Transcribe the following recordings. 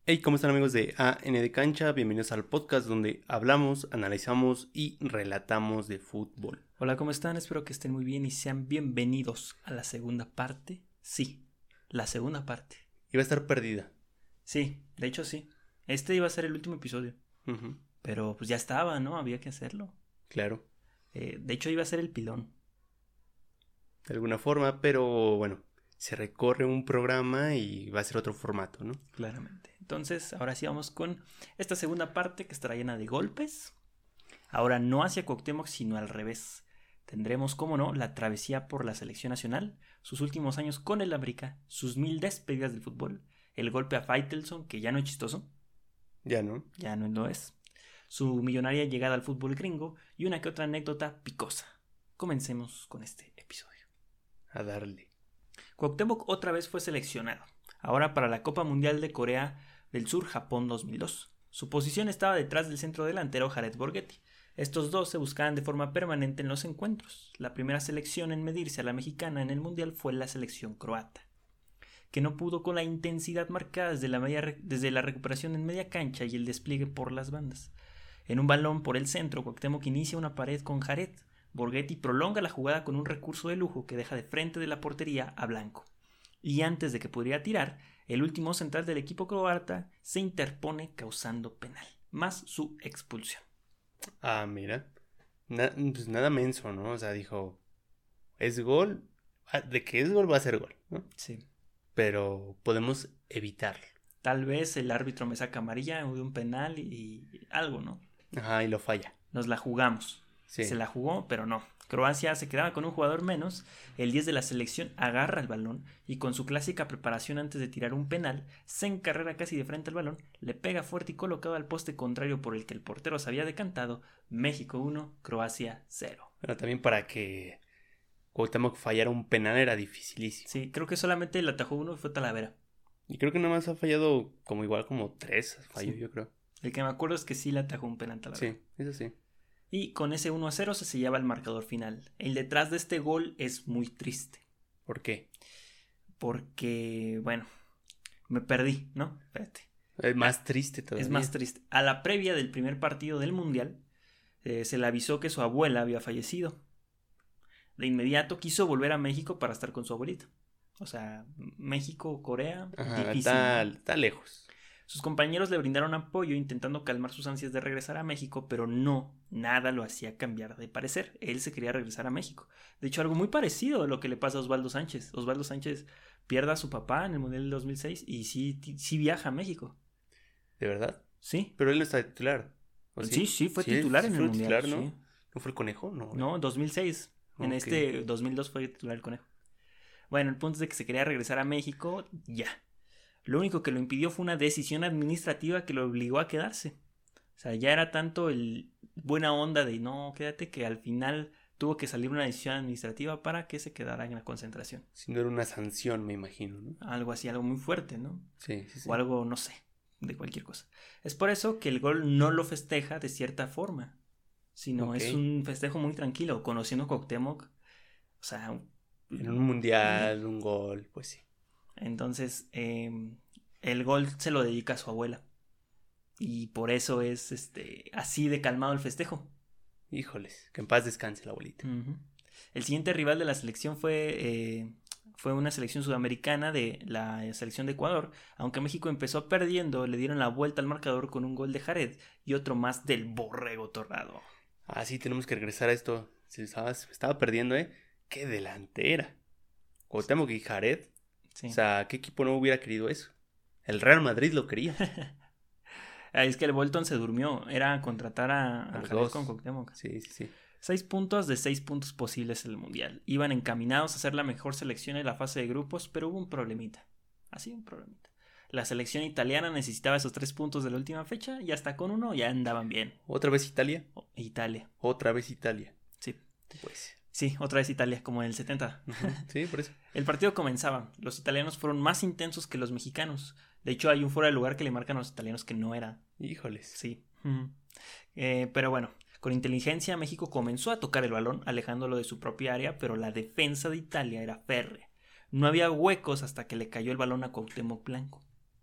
Hey, ¿cómo están amigos de AN de Cancha? Bienvenidos al podcast donde hablamos, analizamos y relatamos de fútbol. Hola, ¿cómo están? Espero que estén muy bien y sean bienvenidos a la segunda parte. Sí, la segunda parte. Iba a estar perdida. Sí, de hecho sí. Este iba a ser el último episodio. Ujú. Pero pues ya estaba, ¿no? Había que hacerlo. Claro, De hecho iba a ser el pilón. de alguna forma, pero bueno, se recorre un programa y va a ser otro formato, ¿no? Claramente. Entonces, ahora sí vamos con esta segunda parte que estará llena de golpes. Ahora no hacia Cuauhtémoc, sino al revés. Tendremos, como no, la travesía por la selección nacional, sus últimos años con el América, sus 1000 despedidas del fútbol, el golpe a Faitelson, que ya no es chistoso, Ya, ¿no? ya no lo es, su millonaria llegada al fútbol gringo y una que otra anécdota picosa. Comencemos con este episodio. A darle. Cuauhtémoc otra vez fue seleccionado, ahora para la Copa Mundial de Corea del Sur Japón 2002. Su posición estaba detrás del centro delantero Jared Borghetti. Estos dos se buscaban de forma permanente en los encuentros. La primera selección en medirse a la mexicana en el Mundial fue la selección croata, que no pudo con la intensidad marcada desde la recuperación en media cancha y el despliegue por las bandas. En un balón por el centro, Cuauhtémoc inicia una pared con Jared. Borghetti prolonga la jugada con un recurso de lujo que deja de frente de la portería a Blanco. Y antes de que pudiera tirar, el último central del equipo croata se interpone causando penal, más su expulsión. Ah, mira. Pues nada menso, ¿no? O sea, dijo, es gol. De que es gol va a ser gol, ¿no? Sí. Pero podemos evitarlo. Tal vez el árbitro me saca amarilla de un penal y algo, ¿no? Ajá, y lo falla. Nos la jugamos. Sí. Se la jugó, pero no. Croacia se quedaba con un jugador menos. El 10 de la selección agarra el balón y con su clásica preparación antes de tirar un penal, se encarrera casi de frente al balón, le pega fuerte y colocado al poste contrario por el que el portero se había decantado. México 1, Croacia 0. Pero también para que Cuauhtémoc fallara un penal era dificilísimo. Sí, creo que solamente le atajó uno y fue Talavera. Y creo que nada más ha fallado como 3 falló, Sí. yo creo. El que me acuerdo es que sí le atajó un penal Talavera. Sí, eso sí. Y con ese 1-0 se sellaba el marcador final. El detrás de este gol es muy triste. ¿Por qué? Porque, bueno, me perdí, ¿no? Espérate. Es más triste todavía. Es más triste. A la previa del primer partido del Mundial, se le avisó que su abuela había fallecido. De inmediato quiso volver a México para estar con su abuelita. O sea, México, Corea, Ajá, difícil. está lejos. Sus compañeros le brindaron apoyo intentando calmar sus ansias de regresar a México, pero nada lo hacía cambiar de parecer. Él se quería regresar a México. De hecho, algo muy parecido a lo que le pasa a Osvaldo Sánchez. Osvaldo Sánchez pierde a su papá en el Mundial del 2006 y sí viaja a México. ¿De verdad? Sí. Pero él no está de titular. ¿O sí? Sí, fue titular en el fue Mundial. titular, ¿no? Sí. ¿No fue el Conejo? No. No, en 2006. En Ok. este 2002 fue titular el Conejo. Bueno, el punto es de que se quería regresar a México, ya. Lo único que lo impidió fue una decisión administrativa que lo obligó a quedarse. O sea, ya era tanto el buena onda de no, quédate, que al final tuvo que salir una decisión administrativa para que se quedara en la concentración. Si no era una sanción, me imagino, ¿no? Algo así, algo muy fuerte, ¿no? Sí. O algo, no sé, de cualquier cosa. Es por eso que el gol no lo festeja de cierta forma, sino es un festejo muy tranquilo, conociendo a Cuauhtémoc. O sea, en un mundial, un gol, pues sí. Entonces, el gol se lo dedica a su abuela. Y por eso es así de calmado el festejo. Híjoles, que en paz descanse la abuelita. Uh-huh. El siguiente rival de la selección fue una selección sudamericana de la selección de Ecuador. Aunque México empezó perdiendo, le dieron la vuelta al marcador con un gol de Jared y otro más del Borrego Torrado. Ah, sí, tenemos que regresar a esto. Se estaba perdiendo, ¿eh? ¡Qué delantera! Cuauhtémoc y Jared. Sí. O sea, ¿qué equipo no hubiera querido eso? El Real Madrid lo quería. Es que el Bolton se durmió. Era contratar a Jared con Cuauhtémoc. Sí. 6 puntos de 6 puntos posibles en el Mundial. Iban encaminados a ser la mejor selección en la fase de grupos, pero hubo un problemita. Así un problemita. La selección italiana necesitaba esos 3 puntos de la última fecha y hasta con uno ya andaban bien. ¿Otra vez Italia? Italia. Otra vez Italia. Sí. Pues. Sí, otra vez Italia, como en el 70. Sí, por eso. El partido comenzaba. Los italianos fueron más intensos que los mexicanos. De hecho, hay un fuera de lugar que le marcan a los italianos que no era. Híjoles. Sí. Pero bueno, con inteligencia México comenzó a tocar el balón, alejándolo de su propia área, pero la defensa de Italia era férrea. No había huecos hasta que le cayó el balón a Cuauhtémoc Blanco,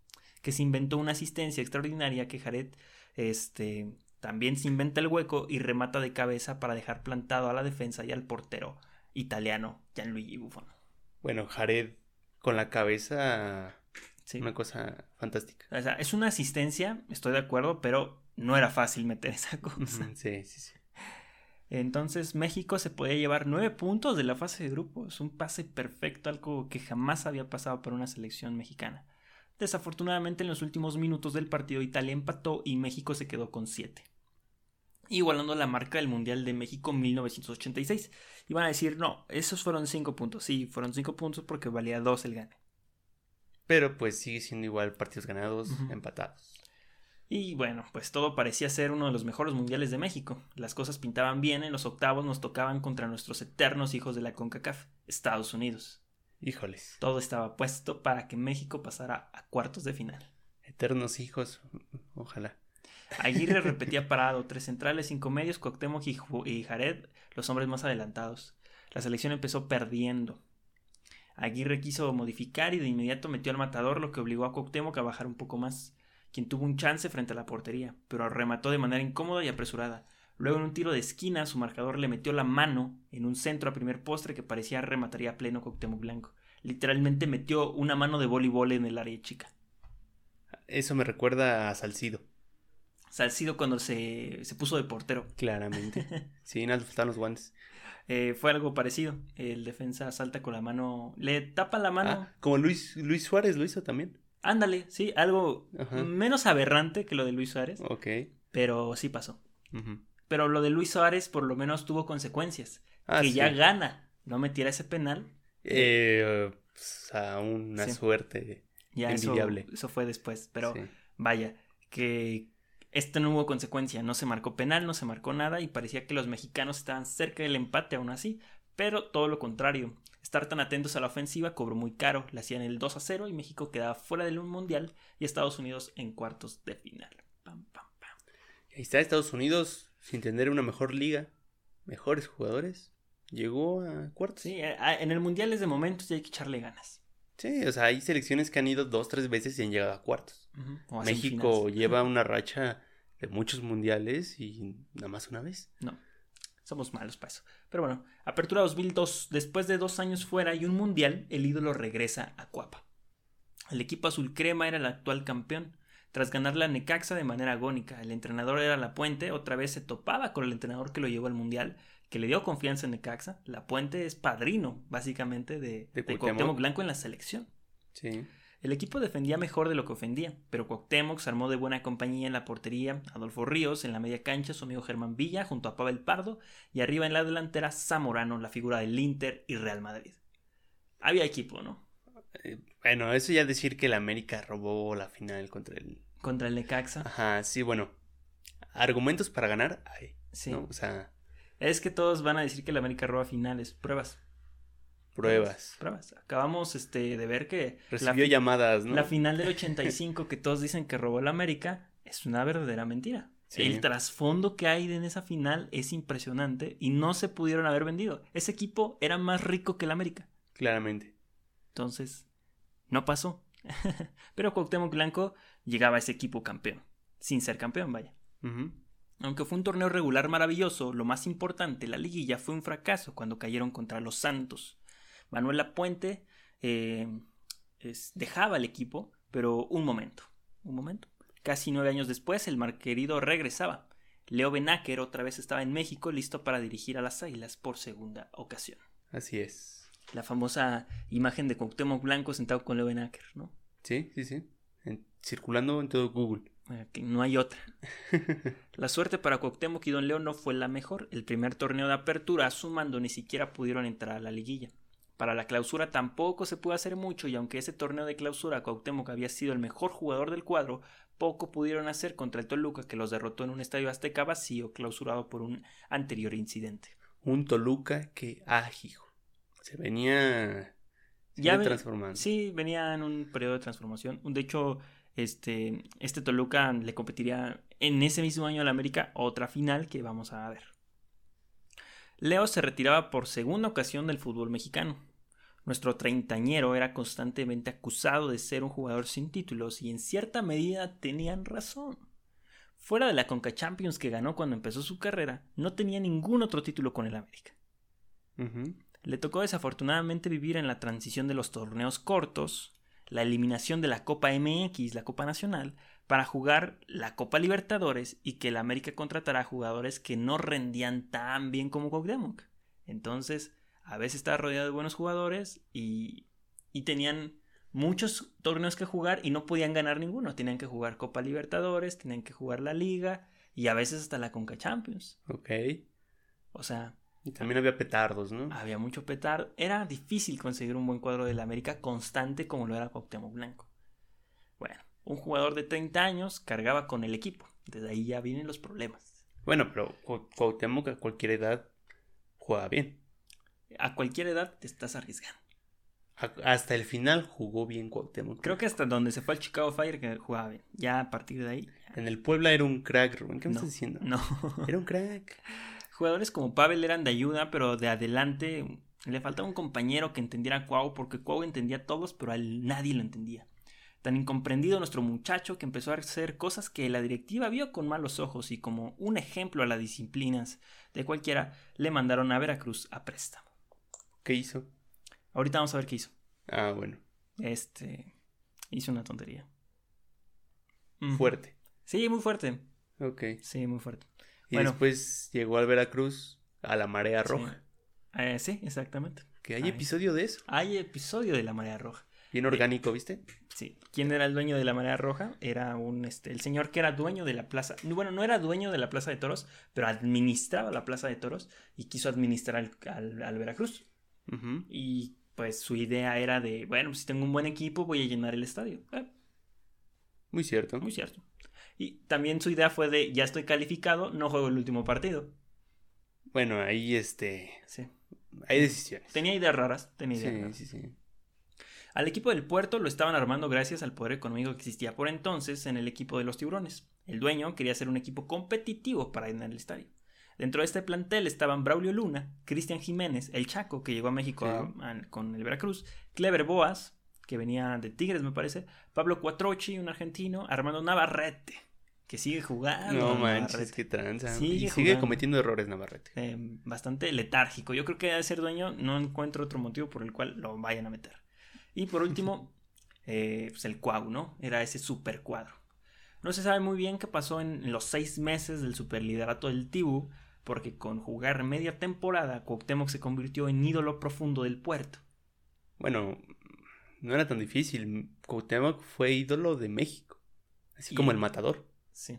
que se inventó una asistencia extraordinaria que Jared también se inventa el hueco y remata de cabeza para dejar plantado a la defensa y al portero italiano Gianluigi Buffon. Bueno, Jared con la cabeza, sí. Una cosa fantástica. O sea, es una asistencia, estoy de acuerdo, pero no era fácil meter esa cosa. Sí. Entonces México se podía llevar 9 puntos de la fase de grupos, un pase perfecto, algo que jamás había pasado por una selección mexicana. Desafortunadamente en los últimos minutos del partido Italia empató y México se quedó con 7, igualando la marca del Mundial de México 1986. Y van a decir, no, esos fueron 5 puntos. Sí, fueron 5 puntos porque valía 2 el gane. Pero pues sigue siendo igual partidos ganados, empatados. Y bueno, pues todo parecía ser uno de los mejores mundiales de México. Las cosas pintaban bien, en los octavos nos tocaban contra nuestros eternos hijos de la CONCACAF, Estados Unidos. Híjoles. Todo estaba puesto para que México pasara a cuartos de final. Eternos hijos, ojalá. Aguirre repetía parado, 3 centrales, 5 medios, Cuauhtémoc y Jared, los hombres más adelantados. La selección empezó perdiendo. Aguirre quiso modificar y de inmediato metió al matador, lo que obligó a Cuauhtémoc a bajar un poco más, quien tuvo un chance frente a la portería, pero remató de manera incómoda y apresurada. Luego en un tiro de esquina su marcador le metió la mano en un centro a primer postre que parecía remataría a pleno Cuauhtémoc Blanco. Literalmente metió una mano de voleibol en el área chica. Eso me recuerda a Salcido. Salcido cuando se puso de portero. Claramente. Sí, nada, faltaban los guantes. Fue algo parecido. El defensa salta con la mano, le tapa la mano. Como Luis Suárez lo hizo también. Ándale, sí, algo menos aberrante que lo de Luis Suárez. Ok. Pero sí pasó. Pero lo de Luis Suárez por lo menos tuvo consecuencias. Que sí. Ya gana. No metiera ese penal. Una suerte ya envidiable. Eso fue después. Pero vaya, que no hubo consecuencia. No se marcó penal, no se marcó nada. Y parecía que los mexicanos estaban cerca del empate aún así. Pero todo lo contrario. Estar tan atentos a la ofensiva cobró muy caro. Le hacían el 2-0 y México quedaba fuera del mundial. Y Estados Unidos en cuartos de final. Pam, pam, pam. Ahí está Estados Unidos sin tener una mejor liga, mejores jugadores. Llegó a cuartos. Sí, en el mundial es de momentos y hay que echarle ganas. Sí, o sea, hay selecciones que han ido 2-3 veces y han llegado a cuartos. México lleva una racha de muchos mundiales y nada más una vez. No, somos malos para eso. Pero bueno, Apertura 2002, después de 2 años fuera y un mundial, el ídolo regresa a Cuapa. El equipo azul crema era el actual campeón. Tras ganar la Necaxa de manera agónica, el entrenador era Lapuente, otra vez se topaba con el entrenador que lo llevó al mundial, que le dio confianza en Necaxa. Lapuente es padrino, básicamente, de Cuauhtémoc Blanco en la selección. Sí. El equipo defendía mejor de lo que ofendía, pero Cuauhtémoc se armó de buena compañía en la portería, Adolfo Ríos en la media cancha, su amigo Germán Villa junto a Pavel Pardo, y arriba en la delantera Zamorano, la figura del Inter y Real Madrid. Había equipo, ¿no? Bueno, eso ya decir que el América robó la final contra el Necaxa. Ajá, sí, bueno. Argumentos para ganar hay, sí. ¿no? O sea, es que todos van a decir que el América roba finales. Pruebas. Acabamos de ver que recibió llamadas, ¿no? La final del 85 que todos dicen que robó el América es una verdadera mentira. Sí. El trasfondo que hay en esa final es impresionante y no se pudieron haber vendido. Ese equipo era más rico que el América. Claramente. Entonces, no pasó. Pero Cuauhtémoc Blanco llegaba a ese equipo campeón. Sin ser campeón, vaya. Aunque fue un torneo regular maravilloso, lo más importante, la liguilla, fue un fracaso cuando cayeron contra los Santos. Manuel Lapuente dejaba el equipo, pero un momento. Casi 9 años después, el malquerido regresaba. Leo Benaker otra vez estaba en México, listo para dirigir a las Águilas por segunda ocasión. Así es. La famosa imagen de Cuauhtémoc Blanco sentado con Leo Benaker, ¿no? Sí. Circulando en todo Google. No hay otra. La suerte para Cuauhtémoc y Don Leo no fue la mejor. El primer torneo de apertura, a su mando, ni siquiera pudieron entrar a la liguilla. Para la clausura tampoco se pudo hacer mucho, y aunque ese torneo de clausura Cuauhtémoc había sido el mejor jugador del cuadro, poco pudieron hacer contra el Toluca, que los derrotó en un estadio azteca vacío, clausurado por un anterior incidente. Un Toluca que, hijo, se venía transformando. Sí, venía en un periodo de transformación. De hecho, este Toluca le competiría en ese mismo año al América otra final que vamos a ver. Leo se retiraba por segunda ocasión del fútbol mexicano. Nuestro treintañero era constantemente acusado de ser un jugador sin títulos y en cierta medida tenían razón. Fuera de la Conca Champions que ganó cuando empezó su carrera, no tenía ningún otro título con el América. Le tocó desafortunadamente vivir en la transición de los torneos cortos, la eliminación de la Copa MX, la Copa Nacional, para jugar la Copa Libertadores y que el América contratara jugadores que no rendían tan bien como Cuauhtémoc. Entonces, a veces estaba rodeado de buenos jugadores y tenían muchos torneos que jugar y no podían ganar ninguno. Tenían que jugar Copa Libertadores, tenían que jugar la Liga y a veces hasta la Conca Champions. Ok. O sea... Y también había petardos, ¿no? Había mucho petardo. Era difícil conseguir un buen cuadro del América constante como lo era Cuauhtémoc Blanco. Bueno, un jugador de 30 años cargaba con el equipo. Desde ahí ya vienen los problemas. Bueno, pero Cuauhtémoc a cualquier edad juega bien. A cualquier edad te estás arriesgando. Hasta el final jugó bien Cuauhtémoc. Creo que hasta donde se fue al Chicago Fire que jugaba bien. Ya a partir de ahí... En el Puebla era un crack, Rubén. ¿Qué me estás diciendo? No. Era un crack. Jugadores como Pavel eran de ayuda, pero de adelante le faltaba un compañero que entendiera a Cuau, porque Cuau entendía a todos, pero a él nadie lo entendía. Tan incomprendido nuestro muchacho que empezó a hacer cosas que la directiva vio con malos ojos y como un ejemplo a las disciplinas de cualquiera, le mandaron a Veracruz a préstamo. ¿Qué hizo? Ahorita vamos a ver qué hizo. Ah, bueno. Hizo una tontería. Fuerte. Sí, muy fuerte. Ok. Sí, muy fuerte. Y después llegó al Veracruz a la Marea Roja. Sí, exactamente. ¿Que hay episodio de eso? Hay episodio de la Marea Roja. Bien orgánico, ¿viste? Sí. ¿Quién era el dueño de la Marea Roja? Era el señor que era dueño de la plaza. Bueno, no era dueño de la Plaza de Toros, pero administraba la Plaza de Toros y quiso administrar al Veracruz. Y pues su idea era de, bueno, si tengo un buen equipo voy a llenar el estadio. Muy cierto. Muy cierto. Y también su idea fue de, ya estoy calificado, no juego el último partido. Bueno, ahí Sí. Hay decisiones. Tenía ideas raras. Sí. Al equipo del Puerto lo estaban armando gracias al poder económico que existía por entonces en el equipo de los Tiburones. El dueño quería hacer un equipo competitivo para llenar el estadio. Dentro de este plantel estaban Braulio Luna, Cristian Jiménez, el Chaco, que llegó a México con el Veracruz, Clever Boas, que venía de Tigres, me parece, Pablo Cuatrochi, un argentino, Armando Navarrete, que sigue jugando. No manches, qué tranza. Sigue cometiendo errores Navarrete. Bastante letárgico. Yo creo que debe ser dueño, no encuentro otro motivo por el cual lo vayan a meter. Y por último, pues el Cuau, ¿no? Era ese super cuadro. No se sabe muy bien qué pasó en los 6 meses del superliderato del Tibu, porque con jugar media temporada, Cuauhtémoc se convirtió en ídolo profundo del Puerto. Bueno, no era tan difícil. Cuauhtémoc fue ídolo de México, así como el Matador. Sí.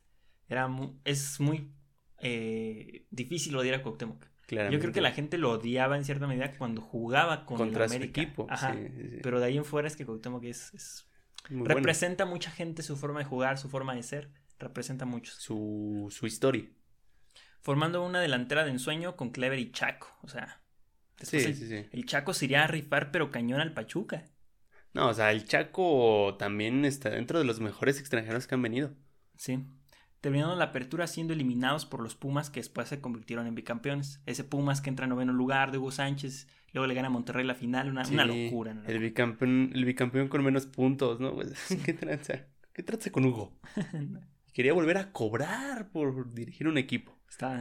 Es muy difícil odiar a Cuauhtémoc. Claramente. Yo creo que la gente lo odiaba en cierta medida cuando jugaba contra el América. Su equipo. Ajá. Sí. Pero de ahí en fuera es que Cuauhtémoc representa a mucha gente, su forma de jugar, su forma de ser. Representa mucho. Su historia. Formando una delantera de ensueño con Clever y Chaco. O sea, después el Chaco se iría a rifar, pero cañón al Pachuca. No, o sea, el Chaco también está dentro de los mejores extranjeros que han venido. Sí. Terminando la apertura siendo eliminados por los Pumas, que después se convirtieron en bicampeones. Ese Pumas que entra en 9º lugar de Hugo Sánchez, luego le gana a Monterrey la final, una locura. ¿No? El bicampeón con menos puntos, ¿no? Pues, ¿Qué tranza con Hugo? Quería volver a cobrar por dirigir un equipo.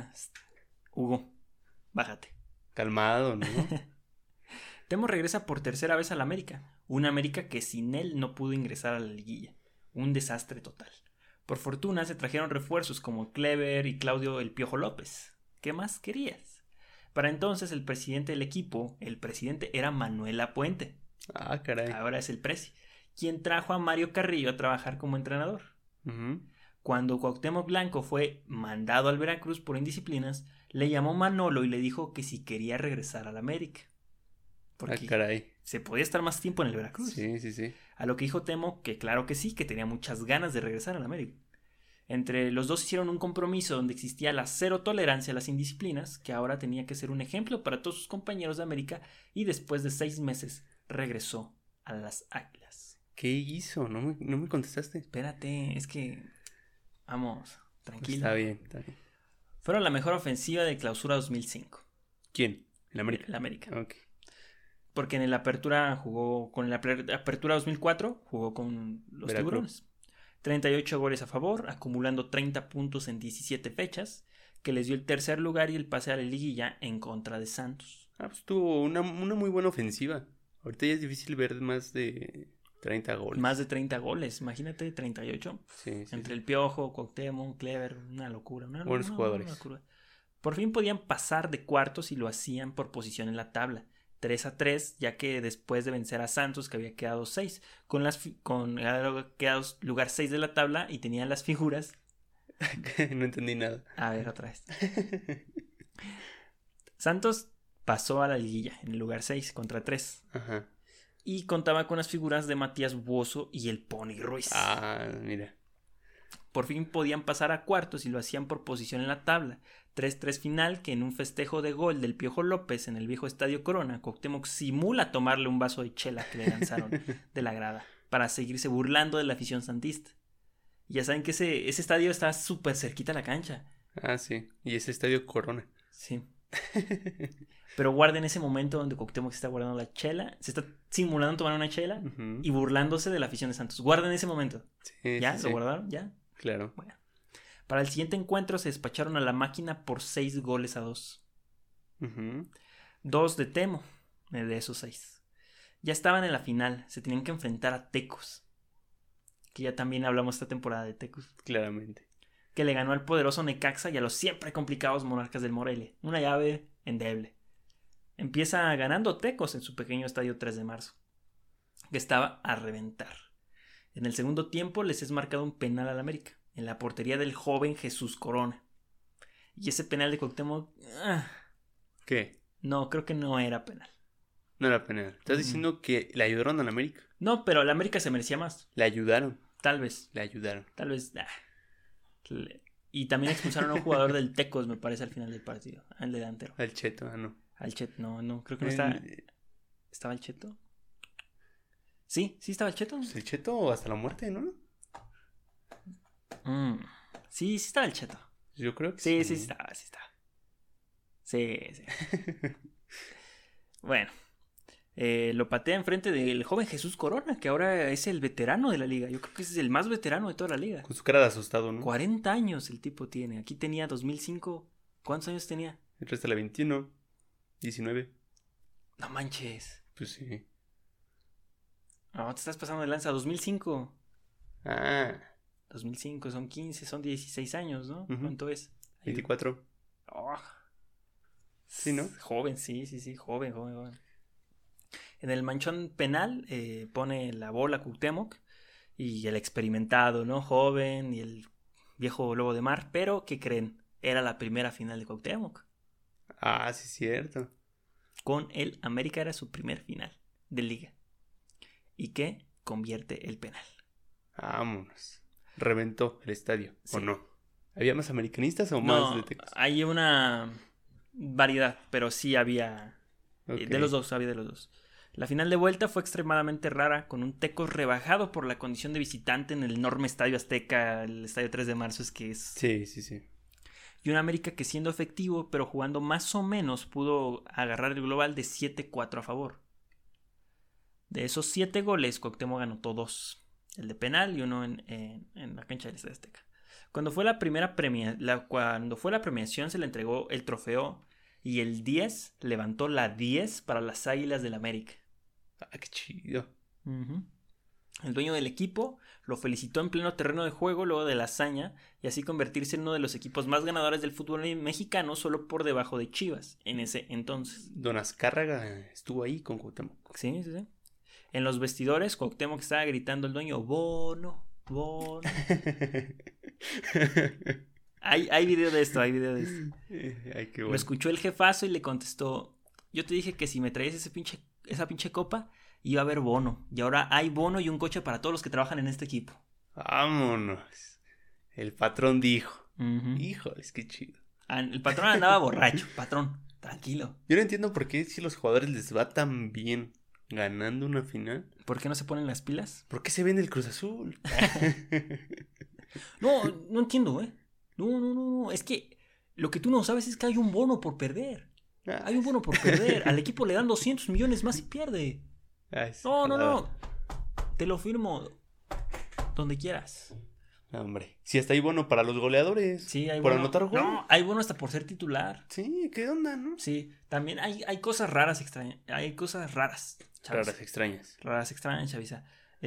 Hugo, bájate. Calmado, ¿no? Temo regresa por tercera vez al América. Una América que sin él no pudo ingresar a la liguilla. Un desastre total. Por fortuna se trajeron refuerzos como Clever y Claudio El Piojo López. ¿Qué más querías? Para entonces el presidente del equipo, era Manuel Lapuente. Ah, caray. Ahora es el presi, quien trajo a Mario Carrillo a trabajar como entrenador. Cuando Cuauhtémoc Blanco fue mandado al Veracruz por indisciplinas, le llamó Manolo y le dijo que si quería regresar al América. Porque caray. Se podía estar más tiempo en el Veracruz. Sí. A lo que dijo Temo que claro que sí, que tenía muchas ganas de regresar al América. Entre los dos hicieron un compromiso donde existía la cero tolerancia a las indisciplinas, que ahora tenía que ser un ejemplo para todos sus compañeros de América, y después de 6 meses regresó a las Águilas. ¿Qué hizo? ¿No me contestaste? Espérate, es que... Vamos, tranquilo. Está bien. Fueron la mejor ofensiva de Clausura 2005. ¿Quién? ¿El América? El América. Ok. Porque en el Apertura jugó con la Apertura 2004, jugó con los Tiburones. 38 goles a favor, acumulando 30 puntos en 17 fechas, que les dio el tercer lugar y el pase a la liguilla en contra de Santos. Pues tuvo una muy buena ofensiva. Ahorita ya es difícil ver más de 30 goles. Más de 30 goles, imagínate, 38. Sí, Entre el Piojo, Cuauhtémoc, Clever, una locura. Buenos jugadores. Una locura. Por fin podían pasar de cuartos y lo hacían por posición en la tabla. 3-3, ya que después de vencer a Santos, que había quedado 6, había quedado lugar 6 de la tabla y tenían las figuras. No entendí nada. A ver, otra vez. Santos pasó a la liguilla en el lugar 6 contra 3. Ajá. Y contaba con las figuras de Matías Buoso y el Pony Ruiz. Mira. Por fin podían pasar a cuartos y lo hacían por posición en la tabla. 3-3 final, que en un festejo de gol del Piojo López en el viejo Estadio Corona, Cuauhtémoc simula tomarle un vaso de chela que le lanzaron de la grada para seguirse burlando de la afición santista. Y ya saben que ese estadio está súper cerquita a la cancha. Sí. Y ese Estadio Corona. Sí. Pero guarden ese momento donde Cuauhtémoc se está guardando la chela, se está simulando tomar una chela y burlándose de la afición de Santos. Guarden ese momento. Sí, ¿Ya? sí, ¿Lo guardaron? ¿Ya? Claro. Bueno. Para el siguiente encuentro se despacharon a la máquina por 6-2. 2 de Temo, de esos 6. Ya estaban en la final, se tenían que enfrentar a Tecos. Que ya también hablamos esta temporada de Tecos. Claramente. Que le ganó al poderoso Necaxa y a los siempre complicados Monarcas del Morelia. Una llave endeble. Empieza ganando Tecos en su pequeño estadio 3 de marzo, que estaba a reventar. En el segundo tiempo les es marcado un penal al América, en la portería del joven Jesús Corona. Y ese penal de Cuauhtémoc... ¿Qué? No, creo que no era penal. No era penal. ¿Estás diciendo que le ayudaron al América? No, pero al América se merecía más. Le ayudaron. Tal vez. Le ayudaron. Tal vez... Y también expulsaron a un jugador del Tecos, me parece, al final del partido. Al delantero. Al Cheto, no. Al Cheto, no, creo que no estaba... ¿Estaba el Cheto? Sí, estaba el Cheto. Pues el Cheto hasta la muerte, ¿no? Sí estaba el Cheto. Yo creo que sí estaba. Sí. Bueno, lo patea enfrente del joven Jesús Corona, que ahora es el veterano de la liga. Yo creo que es el más veterano de toda la liga. Con su cara de asustado, ¿no? 40 años el tipo tiene. Aquí tenía 2005. ¿Cuántos años tenía? El resto de la 21, 19. No manches. Pues sí. No, te estás pasando de lanza. 2005. 2005, son 15, son 16 años, ¿no? ¿Cuánto es? 24. Sí, ¿no? Joven, sí, joven. En el manchón penal pone la bola Cuauhtémoc y el experimentado, ¿no? Joven y el viejo lobo de mar. Pero, ¿qué creen? Era la primera final de Cuauhtémoc. Sí, cierto. Con el América era su primer final de liga. ¿Y qué? Convierte el penal. Vámonos. Reventó el estadio, sí. ¿O no? ¿Había más americanistas o no, más de Tecos? Hay una variedad, pero sí había... Okay. De los dos, había de los dos. La final de vuelta fue extremadamente rara, con un Tecos rebajado por la condición de visitante en el enorme Estadio Azteca, el Estadio 3 de marzo, es que es... Sí. Y un América que, siendo efectivo, pero jugando más o menos, pudo agarrar el global de 7-4 a favor. De esos 7 goles, Cuauhtémoc anotó 2. El de penal y uno en la cancha del Estadio Azteca. Cuando fue la premiación, se le entregó el trofeo y el 10 levantó la 10 para las Águilas del América. Qué chido. El dueño del equipo lo felicitó en pleno terreno de juego luego de la hazaña y así convertirse en uno de los equipos más ganadores del fútbol mexicano, solo por debajo de Chivas en ese entonces. Don Azcárraga estuvo ahí con Cuauhtémoc. Sí. En los vestidores, Cuauhtémoc estaba gritando al dueño, Bono. Hay video de esto. Ay, qué bueno. Lo escuchó el jefazo y le contestó, yo te dije que si me traías esa pinche copa, iba a haber bono. Y ahora hay bono y un coche para todos los que trabajan en este equipo. Vámonos. El patrón dijo. Híjoles, qué chido. El patrón andaba borracho. Patrón, tranquilo. Yo no entiendo por qué si los jugadores les va tan bien ganando una final. ¿Por qué no se ponen las pilas? ¿Por qué se vende el Cruz Azul? No entiendo, No. Es que lo que tú no sabes es que hay un bono por perder. Hay un bono por perder. Al equipo le dan 200 millones más y pierde. No. Te lo firmo donde quieras. No, hombre. Si hasta hay bono para los goleadores. Sí, hay por bono. Anotar gol. No, hay bono hasta por ser titular. Sí, ¿qué onda, no? Sí, también hay cosas raras, extrañas. Hay cosas raras. Raras, extrañas. Raras, extrañas, Chavisa.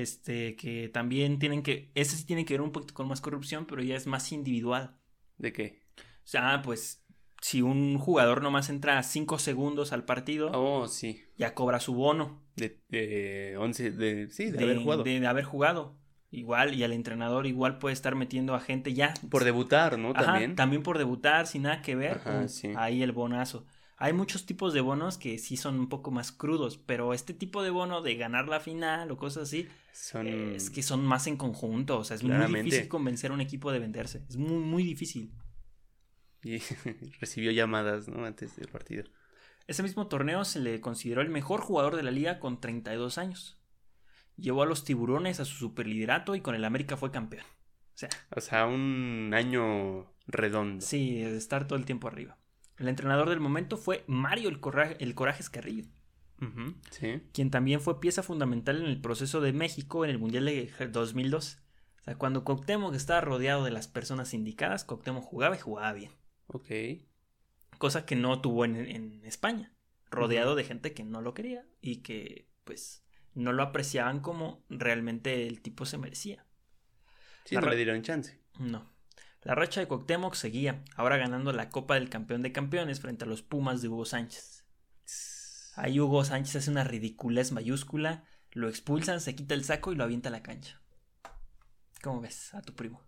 Que también ese sí tiene que ver un poquito con más corrupción, pero ya es más individual. ¿De qué? O sea, pues, si un jugador nomás entra 5 segundos al partido, sí. ya cobra su bono. De 11, de haber jugado. De haber jugado. Igual, y al entrenador igual puede estar metiendo a gente ya. Por debutar, ¿no? Ajá, también por debutar, sin nada que ver. Ajá, sí. Ahí el bonazo. Hay muchos tipos de bonos que sí son un poco más crudos, pero este tipo de bono de ganar la final o cosas así, es que son más en conjunto. O sea, es muy difícil convencer a un equipo de venderse. Es muy, muy difícil. Y recibió llamadas, ¿no? Antes del partido. Ese mismo torneo se le consideró el mejor jugador de la liga con 32 años. Llevó a los Tiburones a su superliderato y con el América fue campeón. O sea, un año redondo. Sí, de estar todo el tiempo arriba. El entrenador del momento fue Mario el Corajes Carrillo. Sí. Quien también fue pieza fundamental en el proceso de México en el Mundial de 2002. O sea, cuando Cuauhtémoc estaba rodeado de las personas indicadas, Cuauhtémoc jugaba y jugaba bien. Ok. Cosa que no tuvo en España. Rodeado de gente que no lo quería y que, pues, no lo apreciaban como realmente el tipo se merecía. Sí, no le dieron chance. No. La racha de Cuauhtémoc seguía, ahora ganando la Copa del Campeón de Campeones frente a los Pumas de Hugo Sánchez. Ahí Hugo Sánchez hace una ridiculez mayúscula, lo expulsan, se quita el saco y lo avienta a la cancha. ¿Cómo ves a tu primo?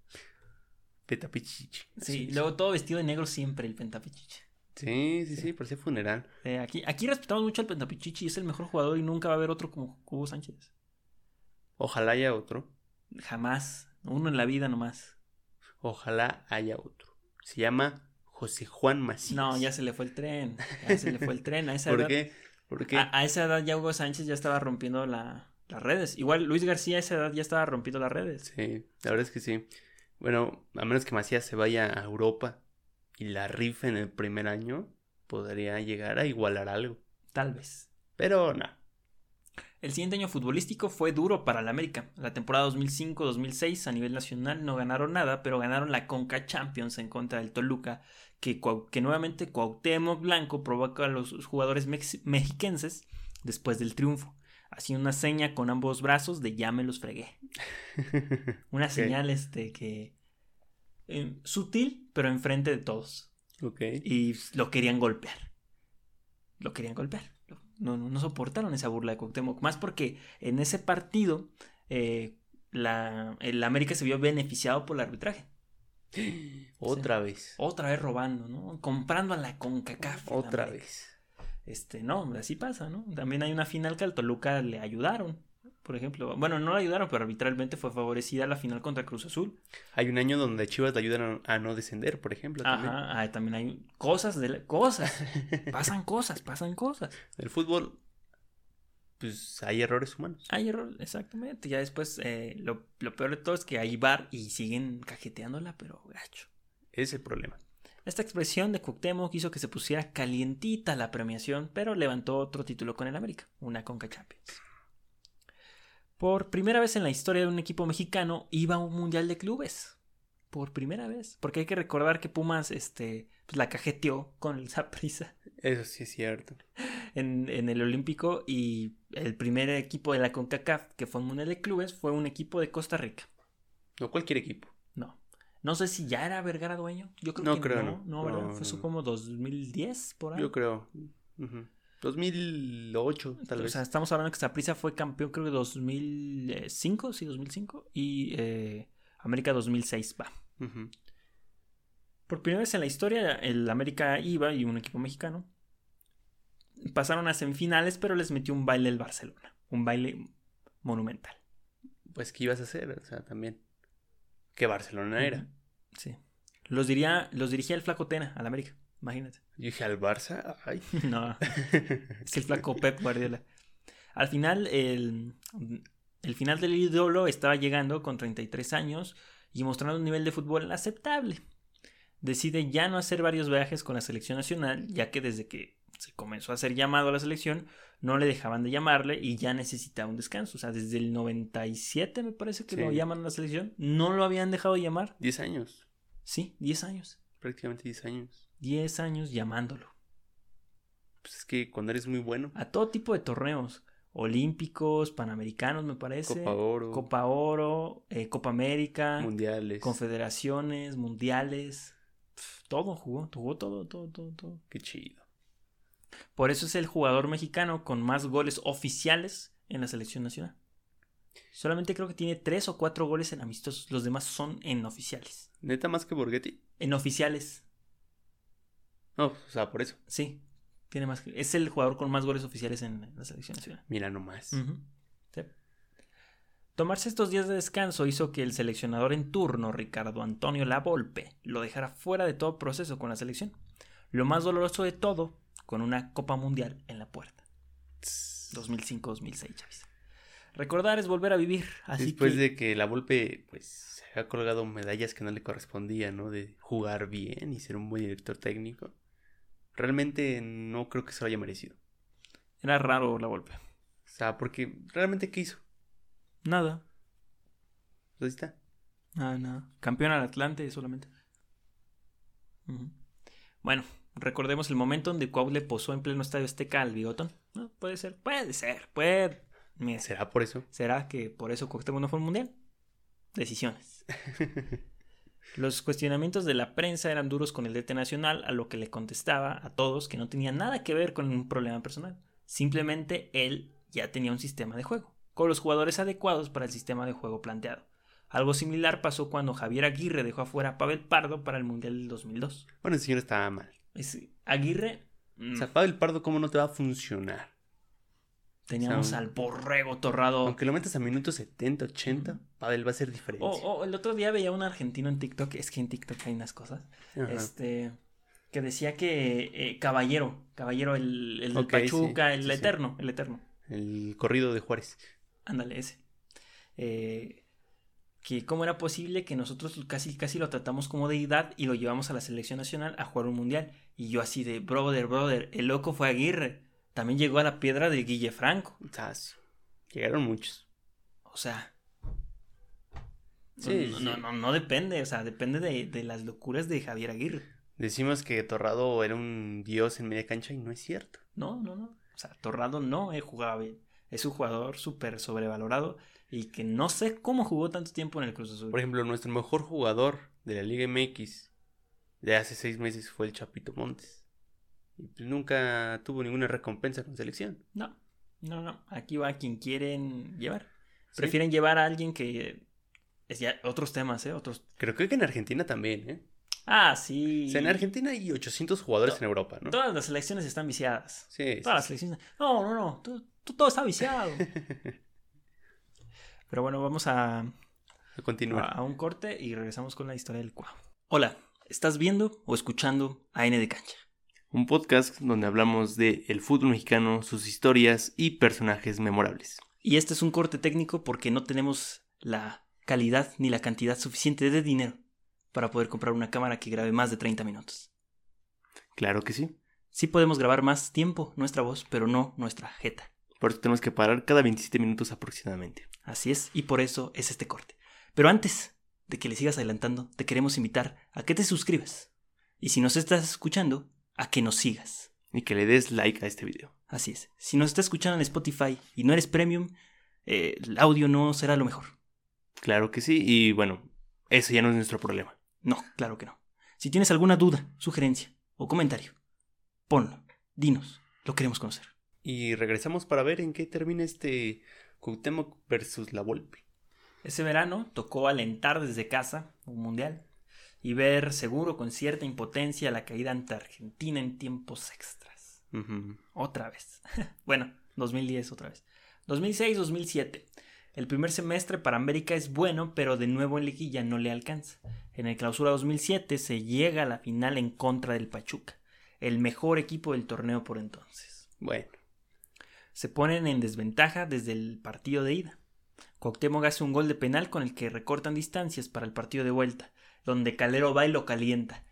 Pentapichichi. Sí, luego todo vestido de negro siempre el Pentapichichi. Sí, parecía funeral. Aquí respetamos mucho al Pentapichichi, es el mejor jugador y nunca va a haber otro como Hugo Sánchez. Ojalá haya otro. Jamás, uno en la vida nomás. Ojalá haya otro. Se llama José Juan Macías. No, ya se le fue el tren. A esa ¿Por edad. Qué? ¿Por qué? A esa edad ya Hugo Sánchez ya estaba rompiendo las redes. Igual Luis García a esa edad ya estaba rompiendo las redes. Sí, la verdad es que sí. Bueno, a menos que Macías se vaya a Europa y la rife en el primer año, podría llegar a igualar algo. Tal vez. Pero no. El siguiente año futbolístico fue duro para el América. La temporada 2005-2006 a nivel nacional no ganaron nada, pero ganaron la Conca Champions en contra del Toluca, que nuevamente Cuauhtémoc Blanco provoca a los jugadores mexiquenses después del triunfo. Hacía una seña con ambos brazos de ya me los fregué. Una señal que sutil, pero enfrente de todos. Okay. Y lo querían golpear. No soportaron esa burla de Cuauhtémoc. Más porque en ese partido el América se vio beneficiado por el arbitraje. Otra vez. Otra vez robando, ¿no? Comprando a la CONCACAF. Otra vez. No, así pasa, ¿no? También hay una final que al Toluca le ayudaron. Por ejemplo, bueno, no le ayudaron, pero arbitralmente fue favorecida la final contra Cruz Azul. Hay un año donde Chivas le ayudan a no descender, por ejemplo. Ajá, también hay cosas. Pasan cosas. El fútbol, pues hay errores humanos. Hay errores, exactamente. Ya después, lo peor de todo es que hay VAR y siguen cajeteándola, pero gacho. Ese es el problema. Esta expresión de Cuauhtémoc hizo que se pusiera calientita la premiación, pero levantó otro título con el América, una Conca Champions. Por primera vez en la historia de un equipo mexicano iba a un mundial de clubes. Por primera vez. Porque hay que recordar que Pumas pues la cajeteó con el Saprissa. Eso sí es cierto. En el Olímpico, y el primer equipo de la CONCACAF que fue un mundial de clubes fue un equipo de Costa Rica. No cualquier equipo. No sé si ya era Vergara dueño. Yo creo que no, ¿verdad? Fue como 2010 por ahí. Yo creo. 2008, tal vez. O sea, estamos hablando que Saprissa fue campeón, creo que 2005, sí, 2005. Y América 2006, va. Por primera vez en la historia, el América iba y un equipo mexicano. Pasaron a semifinales, pero les metió un baile el Barcelona. Un baile monumental. Pues, ¿qué ibas a hacer? O sea, también. ¿Qué Barcelona era? Sí. Los dirigía el Flaco Tena al América. Imagínate. Yo dije, ¿al Barça? Ay. No, es el flaco Pep Guardiola. Al final, el final del ídolo estaba llegando con 33 años y mostrando un nivel de fútbol aceptable. decide ya no hacer varios viajes con la selección nacional, ya que desde que se comenzó a hacer llamado a la selección, no le dejaban de llamarle y ya necesitaba un descanso. O sea, desde el 97 me parece que lo llaman a la selección, no lo habían dejado de llamar. 10 años. Sí, 10 años. Prácticamente 10 años. 10 años llamándolo. Pues es que cuando eres muy bueno. A todo tipo de torneos. Olímpicos, panamericanos, me parece. Copa Oro, Copa América. Mundiales. Confederaciones, mundiales. Todo jugó todo. Qué chido. Por eso es el jugador mexicano con más goles oficiales en la selección nacional. Solamente creo que tiene 3 o 4 goles en amistosos. Los demás son en oficiales. ¿Neta más que Borghetti? En oficiales. No, o sea, por eso. Sí. Tiene más. Es el jugador con más goles oficiales en la selección nacional. Mira nomás. Sí. Tomarse estos días de descanso hizo que el seleccionador en turno, Ricardo Antonio Lavolpe, lo dejara fuera de todo proceso con la selección. Lo más doloroso de todo, con una Copa Mundial en la puerta. 2005-2006, Chavis. Recordar es volver a vivir. Así Después de que Lavolpe pues se había colgado medallas que no le correspondían, ¿no? De jugar bien y ser un buen director técnico. Realmente no creo que se lo haya merecido. Era raro Lavolpe. O sea, porque realmente ¿qué hizo? Nada. Ahí está. Nada. Campeón al Atlante solamente. Bueno, recordemos el momento donde Cuau le posó en pleno Estadio Azteca al Bigotón. No, puede ser. Mira, ¿será por eso? ¿Será que por eso Cuauhtémoc no fue al Mundial? Decisiones. Los cuestionamientos de la prensa eran duros con el DT nacional, a lo que le contestaba a todos que no tenía nada que ver con un problema personal. Simplemente él ya tenía un sistema de juego, con los jugadores adecuados para el sistema de juego planteado. Algo similar pasó cuando Javier Aguirre dejó afuera a Pavel Pardo para el Mundial del 2002. Bueno, el señor estaba mal. Aguirre... O sea, Pavel Pardo, ¿cómo no te va a funcionar? Teníamos al Borrego Torrado. Aunque lo metas a minutos 70, 80, Pavel va a ser diferente. El otro día veía un argentino en TikTok, es que en TikTok hay unas cosas, que decía que Caballero, el del Pachuca, el eterno. El corrido de Juárez. Ándale, ese. Que cómo era posible que nosotros casi lo tratamos como deidad y lo llevamos a la selección nacional a jugar un mundial. Y yo así de, brother, el loco fue Aguirre. También llegó a la piedra de Guille Franco. Llegaron muchos. O sea... Sí, no depende, o sea, depende de las locuras de Javier Aguirre. Decimos que Torrado era un dios en media cancha y no es cierto. No. O sea, Torrado no jugaba bien. Es un jugador súper sobrevalorado y que no sé cómo jugó tanto tiempo en el Cruz Azul. Por ejemplo, nuestro mejor jugador de la Liga MX de hace 6 meses fue el Chapito Montes. Y pues nunca tuvo ninguna recompensa con selección. No. Aquí va quien quieren llevar. ¿Sí? Prefieren llevar a alguien que... Es ya otros temas, Otros... Creo que en Argentina también, Sí. O sea, en Argentina hay 800 jugadores en Europa, ¿no? Todas las selecciones están viciadas. Sí. Todas las selecciones... No. Todo está viciado. Pero bueno, vamos a continuar. A un corte y regresamos con la historia del Cuau. Hola, ¿estás viendo o escuchando a N de Cancha? Un podcast donde hablamos de el fútbol mexicano, sus historias y personajes memorables. Y este es un corte técnico porque no tenemos la calidad ni la cantidad suficiente de dinero para poder comprar una cámara que grabe más de 30 minutos. Claro que sí. Sí podemos grabar más tiempo nuestra voz, pero no nuestra jeta. Por eso tenemos que parar cada 27 minutos aproximadamente. Así es, y por eso es este corte. Pero antes de que le sigas adelantando, te queremos invitar a que te suscribas. Y si nos estás escuchando, a que nos sigas. Y que le des like a este video. Así es. Si nos estás escuchando en Spotify y no eres premium, el audio no será lo mejor. Claro que sí, y bueno, eso ya no es nuestro problema. No, claro que no. Si tienes alguna duda, sugerencia o comentario, ponlo, dinos, lo queremos conocer. Y regresamos para ver en qué termina este Cuauhtémoc versus Lavolpe. Ese verano tocó alentar desde casa un mundial y ver seguro con cierta impotencia la caída ante Argentina en tiempos extras. Otra vez. Bueno, 2010 otra vez. 2006-2007. El primer semestre para América es bueno, pero de nuevo en liguilla no le alcanza. En el Clausura 2007 se llega a la final en contra del Pachuca, el mejor equipo del torneo por entonces. Bueno. Se ponen en desventaja desde el partido de ida. Cuauhtémoc hace un gol de penal con el que recortan distancias para el partido de vuelta, donde Calero va y lo calienta,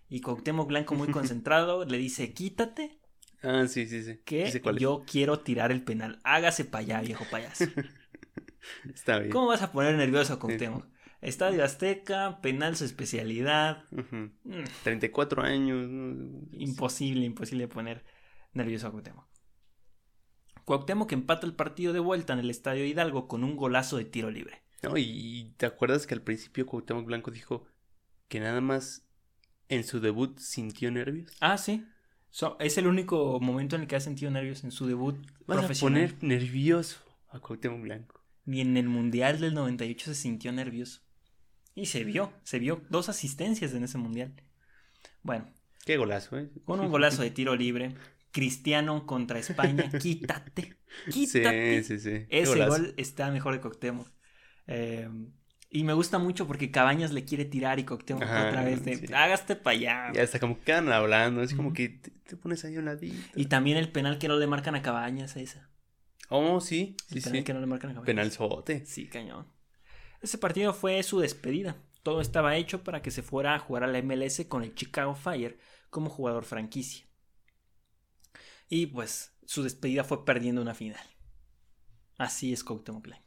Y Cuauhtémoc Blanco, muy concentrado, le dice, quítate. Ah, sí. Que yo quiero tirar el penal. Hágase para allá, viejo payaso. Está bien. ¿Cómo vas a poner nervioso a Cuauhtémoc? Estadio Azteca, penal su especialidad. 34 años. Imposible poner nervioso a Cuauhtémoc. Cuauhtémoc empata el partido de vuelta en el Estadio Hidalgo con un golazo de tiro libre. No, y ¿te acuerdas que al principio Cuauhtémoc Blanco dijo que nada más en su debut sintió nervios? Ah, sí. Es el único momento en el que ha sentido nervios en su debut profesional. Vas a poner nervioso a Cuauhtémoc Blanco. Ni en el Mundial del 98 se sintió nervioso. Y se vio 2 asistencias en ese Mundial. Bueno. Qué golazo, ¿eh? Con un golazo de tiro libre. Cristiano contra España. Quítate. Sí. Ese gol está mejor de Cuauhtémoc. Y me gusta mucho porque Cabañas le quiere tirar y Cuauhtémoc otra vez de hágaste para allá. Y hasta como que quedan hablando, es como que te pones ahí un ladito. Y también el penal que no le marcan a Cabañas, esa. Oh, sí. El penal que no le marcan a Cabañas. Penalzote. Sí, cañón. Ese partido fue su despedida. Todo estaba hecho para que se fuera a jugar a la MLS con el Chicago Fire como jugador franquicia. Y pues su despedida fue perdiendo una final. Así es Cuauhtémoc Blanco.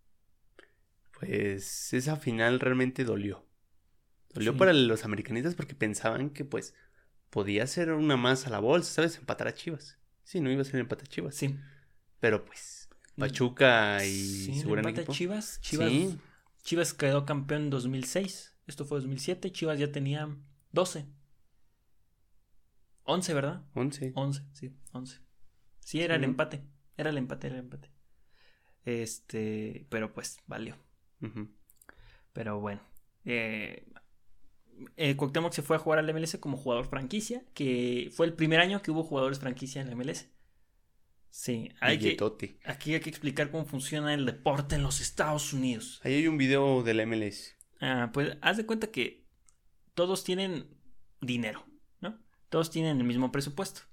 Pues esa final realmente dolió. Dolió Sí. para los americanistas porque pensaban que pues podía ser una más a la bolsa, ¿sabes? Empatar a Chivas. Sí, no iba a ser empate a Chivas. Sí. Pero pues Pachuca y sí, su gran empate equipo. a Chivas. Sí. Chivas quedó campeón en 2006. Esto fue 2007. Chivas ya tenía 12. 11, ¿verdad? 11. 11, sí, 11. Sí, era el empate. Era el empate. Pero pues valió. Uh-huh. Pero bueno. Cuauhtémoc se fue a jugar al MLS como jugador franquicia, que fue el primer año que hubo jugadores franquicia en la MLS. Sí, aquí hay que explicar cómo funciona el deporte en los Estados Unidos. Ahí hay un video de la MLS. Pues haz de cuenta que todos tienen dinero, ¿no? Todos tienen el mismo presupuesto.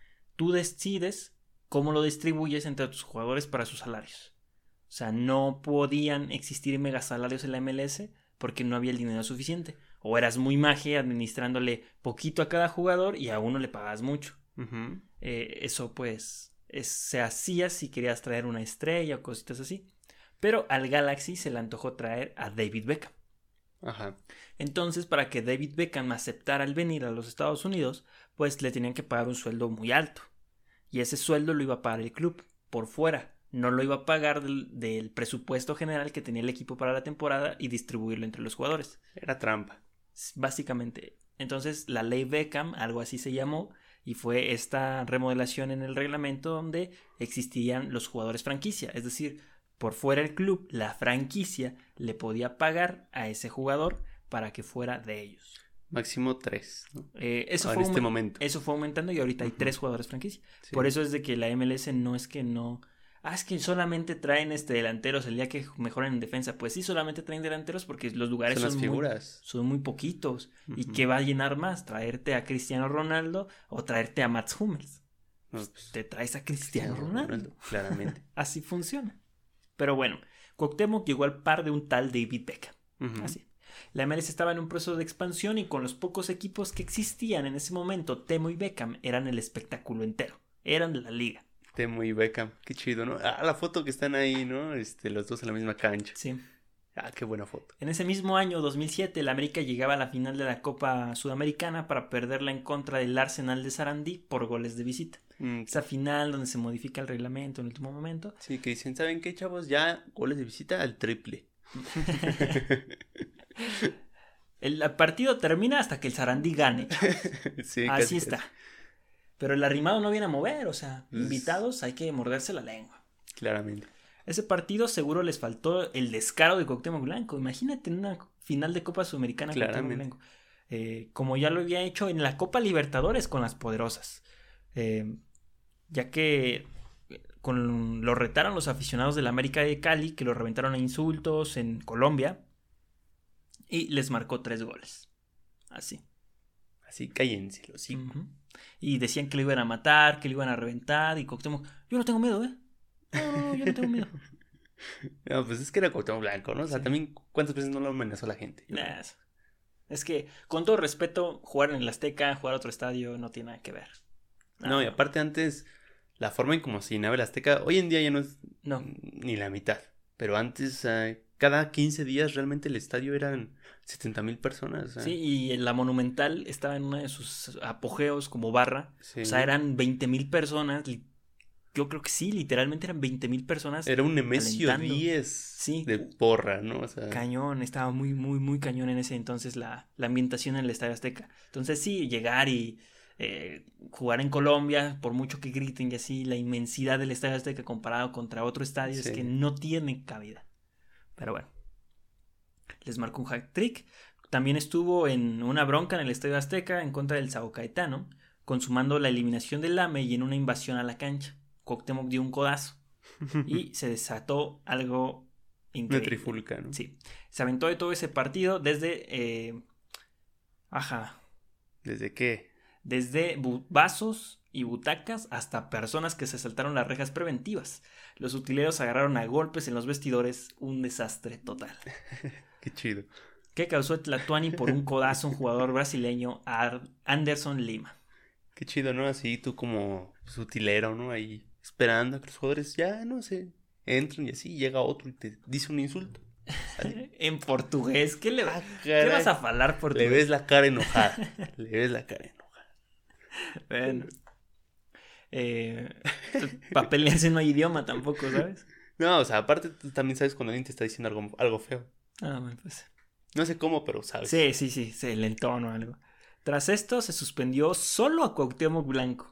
Tú decides cómo lo distribuyes entre tus jugadores para sus salarios. O sea, no podían existir megasalarios en la MLS porque no había el dinero suficiente. O eras muy maje administrándole poquito a cada jugador y a uno le pagas mucho. Uh-huh. Eso pues se hacía si querías traer una estrella o cositas así. Pero al Galaxy se le antojó traer a David Beckham. Ajá. Entonces, para que David Beckham aceptara el venir a los Estados Unidos, pues le tenían que pagar un sueldo muy alto. Y ese sueldo lo iba a pagar el club por fuera. No lo iba a pagar del presupuesto general que tenía el equipo para la temporada y distribuirlo entre los jugadores. Era trampa. Básicamente. Entonces, la ley Beckham, algo así se llamó, y fue esta remodelación en el reglamento donde existían los jugadores franquicia. Es decir, por fuera el club, la franquicia le podía pagar a ese jugador para que fuera de ellos. Máximo 3, ¿no? Eso fue aumentando y ahorita hay 3 jugadores franquicia. Sí. Por eso es de que la MLS no es que no... es que solamente traen delanteros el día que mejoran en defensa. Pues sí, solamente traen delanteros porque los lugares son muy poquitos. Uh-huh. ¿Y qué va a llenar más? ¿Traerte a Cristiano Ronaldo o traerte a Mats Hummels? No, pues, te traes a Cristiano Ronaldo. Claramente. Así funciona. Pero bueno, Cuauhtémoc llegó al par de un tal David Beckham. Uh-huh. Así. La MLS estaba en un proceso de expansión y con los pocos equipos que existían en ese momento, Temo y Beckham eran el espectáculo entero. Eran la liga. Temo y Beckham, qué chido, ¿no? La foto que están ahí, ¿no? Los dos en la misma cancha. Sí. Qué buena foto. En ese mismo año, 2007, el América llegaba a la final de la Copa Sudamericana para perderla en contra del Arsenal de Sarandí por goles de visita. Esa final donde se modifica el reglamento en el último momento. Sí, que dicen, ¿saben qué, chavos? Ya goles de visita al triple. El partido termina hasta que el Sarandí gane. Sí, así está. Pero el arrimado no viene a mover, o sea, invitados hay que morderse la lengua. Claramente. Ese partido seguro les faltó el descaro de Cuauhtémoc Blanco. Imagínate en una final de Copa Sudamericana Cuauhtémoc Blanco. Como ya lo había hecho en la Copa Libertadores con las Poderosas. Ya que lo retaron los aficionados del América de Cali, que lo reventaron a insultos en Colombia. Y les marcó 3 goles. Así. Así, cállense los 5. Uh-huh. Y decían que lo iban a matar, que lo iban a reventar. Y Cuauhtémoc, yo no tengo miedo, No, yo no tengo miedo. No, pues es que era Cuauhtémoc Blanco, ¿no? O sea, sí. También, ¿cuántas veces no lo amenazó la gente? Es que, con todo respeto, jugar en el Azteca, jugar a otro estadio, no tiene nada que ver. No, y aparte antes, la forma en cómo se llenaba el Azteca, hoy en día ya no es ni la mitad. Pero antes, cada 15 días realmente el estadio eran 70,000 personas. Sí, y la Monumental estaba en uno de sus apogeos como barra. Sí. O sea, eran 20,000 personas. Yo creo que sí, literalmente eran 20,000 personas. Era un Nemesio 10 de porra, ¿no? O sea, cañón, estaba muy, muy, muy cañón en ese entonces la ambientación en el Estadio Azteca. Entonces sí, llegar y jugar en Colombia, por mucho que griten y así, la inmensidad del Estadio Azteca comparado contra otro estadio es que no tiene cabida. Pero bueno, les marcó un hat-trick. También estuvo en una bronca en el Estadio Azteca en contra del Sao Caetano, consumando la eliminación del AME y en una invasión a la cancha. Cuauhtémoc dio un codazo y se desató algo increíble. Una trifulca, ¿no? Sí. Se aventó de todo ese partido desde... ¿Desde qué? Desde vasos y butacas hasta personas que se saltaron las rejas preventivas. Los utileros agarraron a golpes en los vestidores. Un desastre total. Qué chido. ¿Qué causó Tlatuani por un codazo a un jugador brasileño, a Anderson Lima? Qué chido, ¿no? Así tú como utilero, ¿no? Ahí esperando a que los jugadores ya, no sé, entran y así llega otro y te dice un insulto. En portugués, ¿qué vas a hablar portugués? Le ves la cara enojada. Bueno. Para pelearse no hay idioma tampoco, ¿sabes? No, o sea, aparte tú también sabes cuando alguien te está diciendo algo feo. Bueno, pues. No sé cómo, pero sabes. Sí, el entono o algo. Tras esto se suspendió solo a Cuauhtémoc Blanco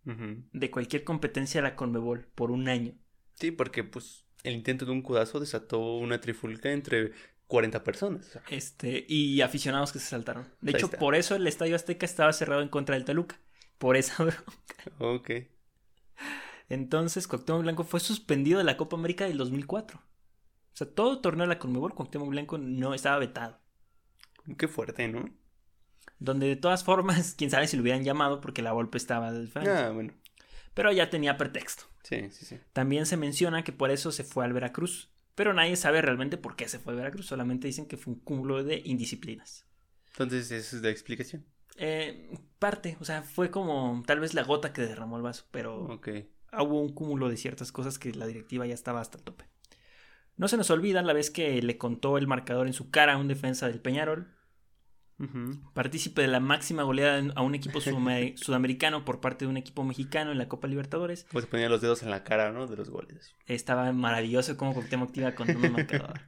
de cualquier competencia de la Conmebol por un año. Sí, porque pues el intento de un codazo desató una trifulca entre 40 personas. Y aficionados que se saltaron. De hecho, por eso el Estadio Azteca estaba cerrado en contra del Toluca. Por esa bronca. Ok. Entonces, Cuauhtémoc Blanco fue suspendido de la Copa América del 2004. O sea, todo torneo de la Conmebol, Cuauhtémoc Blanco no estaba vetado. Qué fuerte, ¿no? Donde de todas formas, quién sabe si lo hubieran llamado porque la Volpe estaba del frente. Bueno. Pero ya tenía pretexto. Sí. También se menciona que por eso se fue al Veracruz. Pero nadie sabe realmente por qué se fue al Veracruz. Solamente dicen que fue un cúmulo de indisciplinas. Entonces, esa es la explicación. Parte, o sea, fue como tal vez la gota que derramó el vaso. Pero hubo un cúmulo de ciertas cosas que la directiva ya estaba hasta el tope. No se nos olvida la vez que le contó el marcador en su cara a un defensa del Peñarol. Partícipe de la máxima goleada a un equipo sudamericano por parte de un equipo mexicano en la Copa Libertadores. Pues se ponía los dedos en la cara, ¿no? De los goles. Estaba maravilloso como Cuauhtémoc iba con un marcador.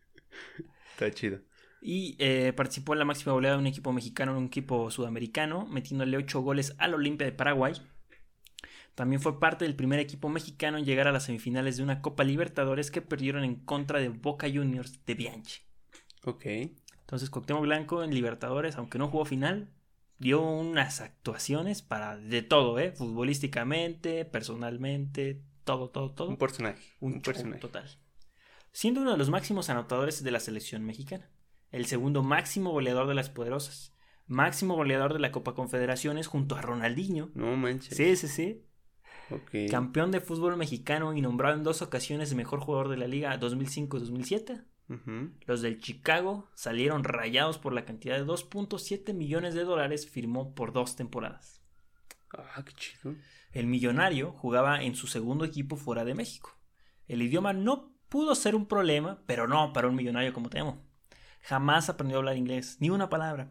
Está chido. Y participó en la máxima goleada de un equipo mexicano en un equipo sudamericano, metiéndole 8 goles al Olimpia de Paraguay. También fue parte del primer equipo mexicano en llegar a las semifinales de una Copa Libertadores que perdieron en contra de Boca Juniors de Bianchi. Ok. Entonces Cuauhtémoc Blanco en Libertadores, aunque no jugó final, dio unas actuaciones para de todo, futbolísticamente, personalmente, todo. Un personaje. Un personaje total. Siendo uno de los máximos anotadores de la selección mexicana. El segundo máximo goleador de las Poderosas. Máximo goleador de la Copa Confederaciones junto a Ronaldinho. No manches. Sí. Okay. Campeón de fútbol mexicano y nombrado en 2 ocasiones mejor jugador de la liga 2005 y 2007. Los del Chicago salieron rayados por la cantidad de $2.7 millones. Firmó por 2 temporadas. Qué chido. El millonario jugaba en su segundo equipo fuera de México. El idioma no pudo ser un problema, pero no para un millonario como Temo. Jamás aprendió a hablar inglés, ni una palabra.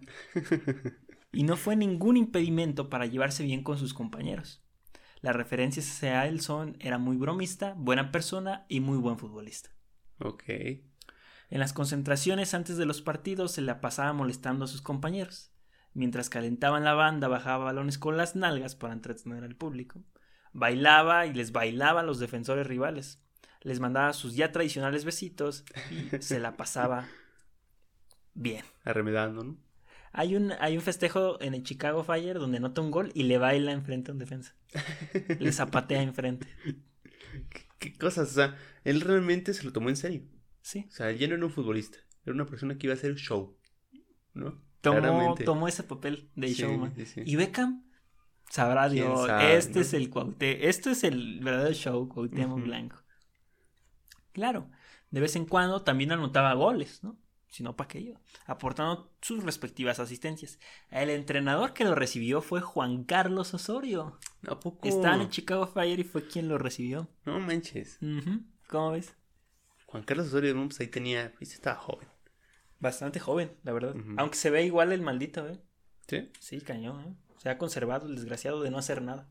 Y no fue ningún impedimento para llevarse bien con sus compañeros. Las referencias hacia él era muy bromista, buena persona y muy buen futbolista. Ok. En las concentraciones antes de los partidos se la pasaba molestando a sus compañeros. Mientras calentaban la banda bajaba balones con las nalgas para entretener al público. Bailaba y les bailaba a los defensores rivales. Les mandaba sus ya tradicionales besitos y se la pasaba bien. Arremedando, ¿no? Hay un festejo en el Chicago Fire donde anota un gol y le baila enfrente a un defensa. Le zapatea enfrente. ¿Qué cosas? O sea, él realmente se lo tomó en serio. Sí. O sea, él ya no era un futbolista. Era una persona que iba a hacer show, ¿no? Tomó ese papel de showman. Sí. Y Beckham, sabrá Dios, este es el Cuauhtémoc. Esto es el verdadero show, Cuauhtémoc Blanco. Claro, de vez en cuando también anotaba goles, ¿no? Si no, ¿para qué iba? Aportando sus respectivas asistencias. El entrenador que lo recibió fue Juan Carlos Osorio. ¿A poco? Estaba en el Chicago Fire y fue quien lo recibió. No manches. ¿Cómo ves? Juan Carlos Osorio, pues ahí estaba joven. Bastante joven, la verdad. Aunque se ve igual el maldito, ¿eh? ¿Sí? Sí, cañón, ¿eh? Se ha conservado el desgraciado de no hacer nada.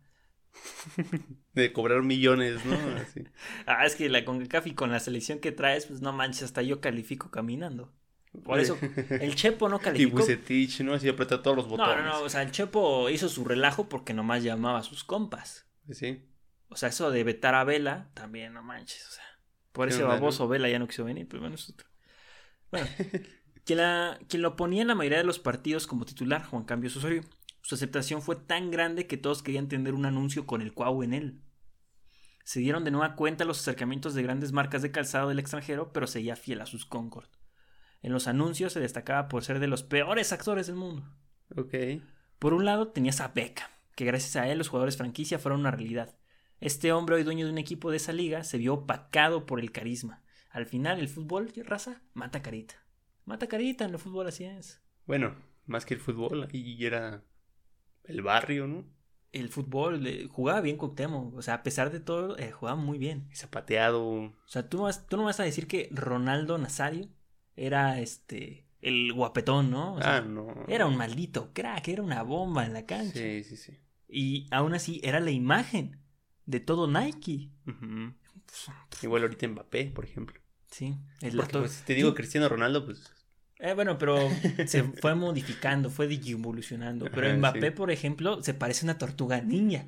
De cobrar millones, ¿no? Así. Es que la CONCACAF y con la selección que traes, pues no manches, hasta yo califico caminando. Por eso, el Chepo no calificó. Y Vucetich, ¿no? Así aprieta todos los botones. No, o sea, el Chepo hizo su relajo porque nomás llamaba a sus compas. Sí. O sea, eso de vetar a Vela, también no manches, o sea. Por ese baboso, ¿no? Vela ya no quiso venir, pero bueno, es otro. Bueno, quien lo ponía en la mayoría de los partidos como titular, Juan Carlos Osorio. Su aceptación fue tan grande que todos querían tener un anuncio con el Cuau en él. Se dieron de nueva cuenta los acercamientos de grandes marcas de calzado del extranjero, pero seguía fiel a sus Concord. En los anuncios se destacaba por ser de los peores actores del mundo. Ok. Por un lado tenías a Beckham, que gracias a él los jugadores franquicia fueron una realidad. Este hombre, hoy dueño de un equipo de esa liga, se vio opacado por el carisma. Al final, el fútbol, raza, mata carita. Mata carita en el fútbol, así es. Bueno, más que el fútbol, ahí era el barrio, ¿no? El fútbol, jugaba bien Cuauhtémoc. O sea, a pesar de todo, jugaba muy bien. Zapateado. O sea, tú no vas a decir que Ronaldo Nazario era el guapetón, ¿no? O sea, no. Era un maldito crack, era una bomba en la cancha. Sí. Y aún así era la imagen de todo Nike. Uh-huh. Igual ahorita Mbappé, por ejemplo. Sí. Porque, pues, si te digo Cristiano Ronaldo, pues... Bueno, pero se fue modificando, fue evolucionando. Pero Mbappé, sí, por ejemplo, se parece a una tortuga ninja.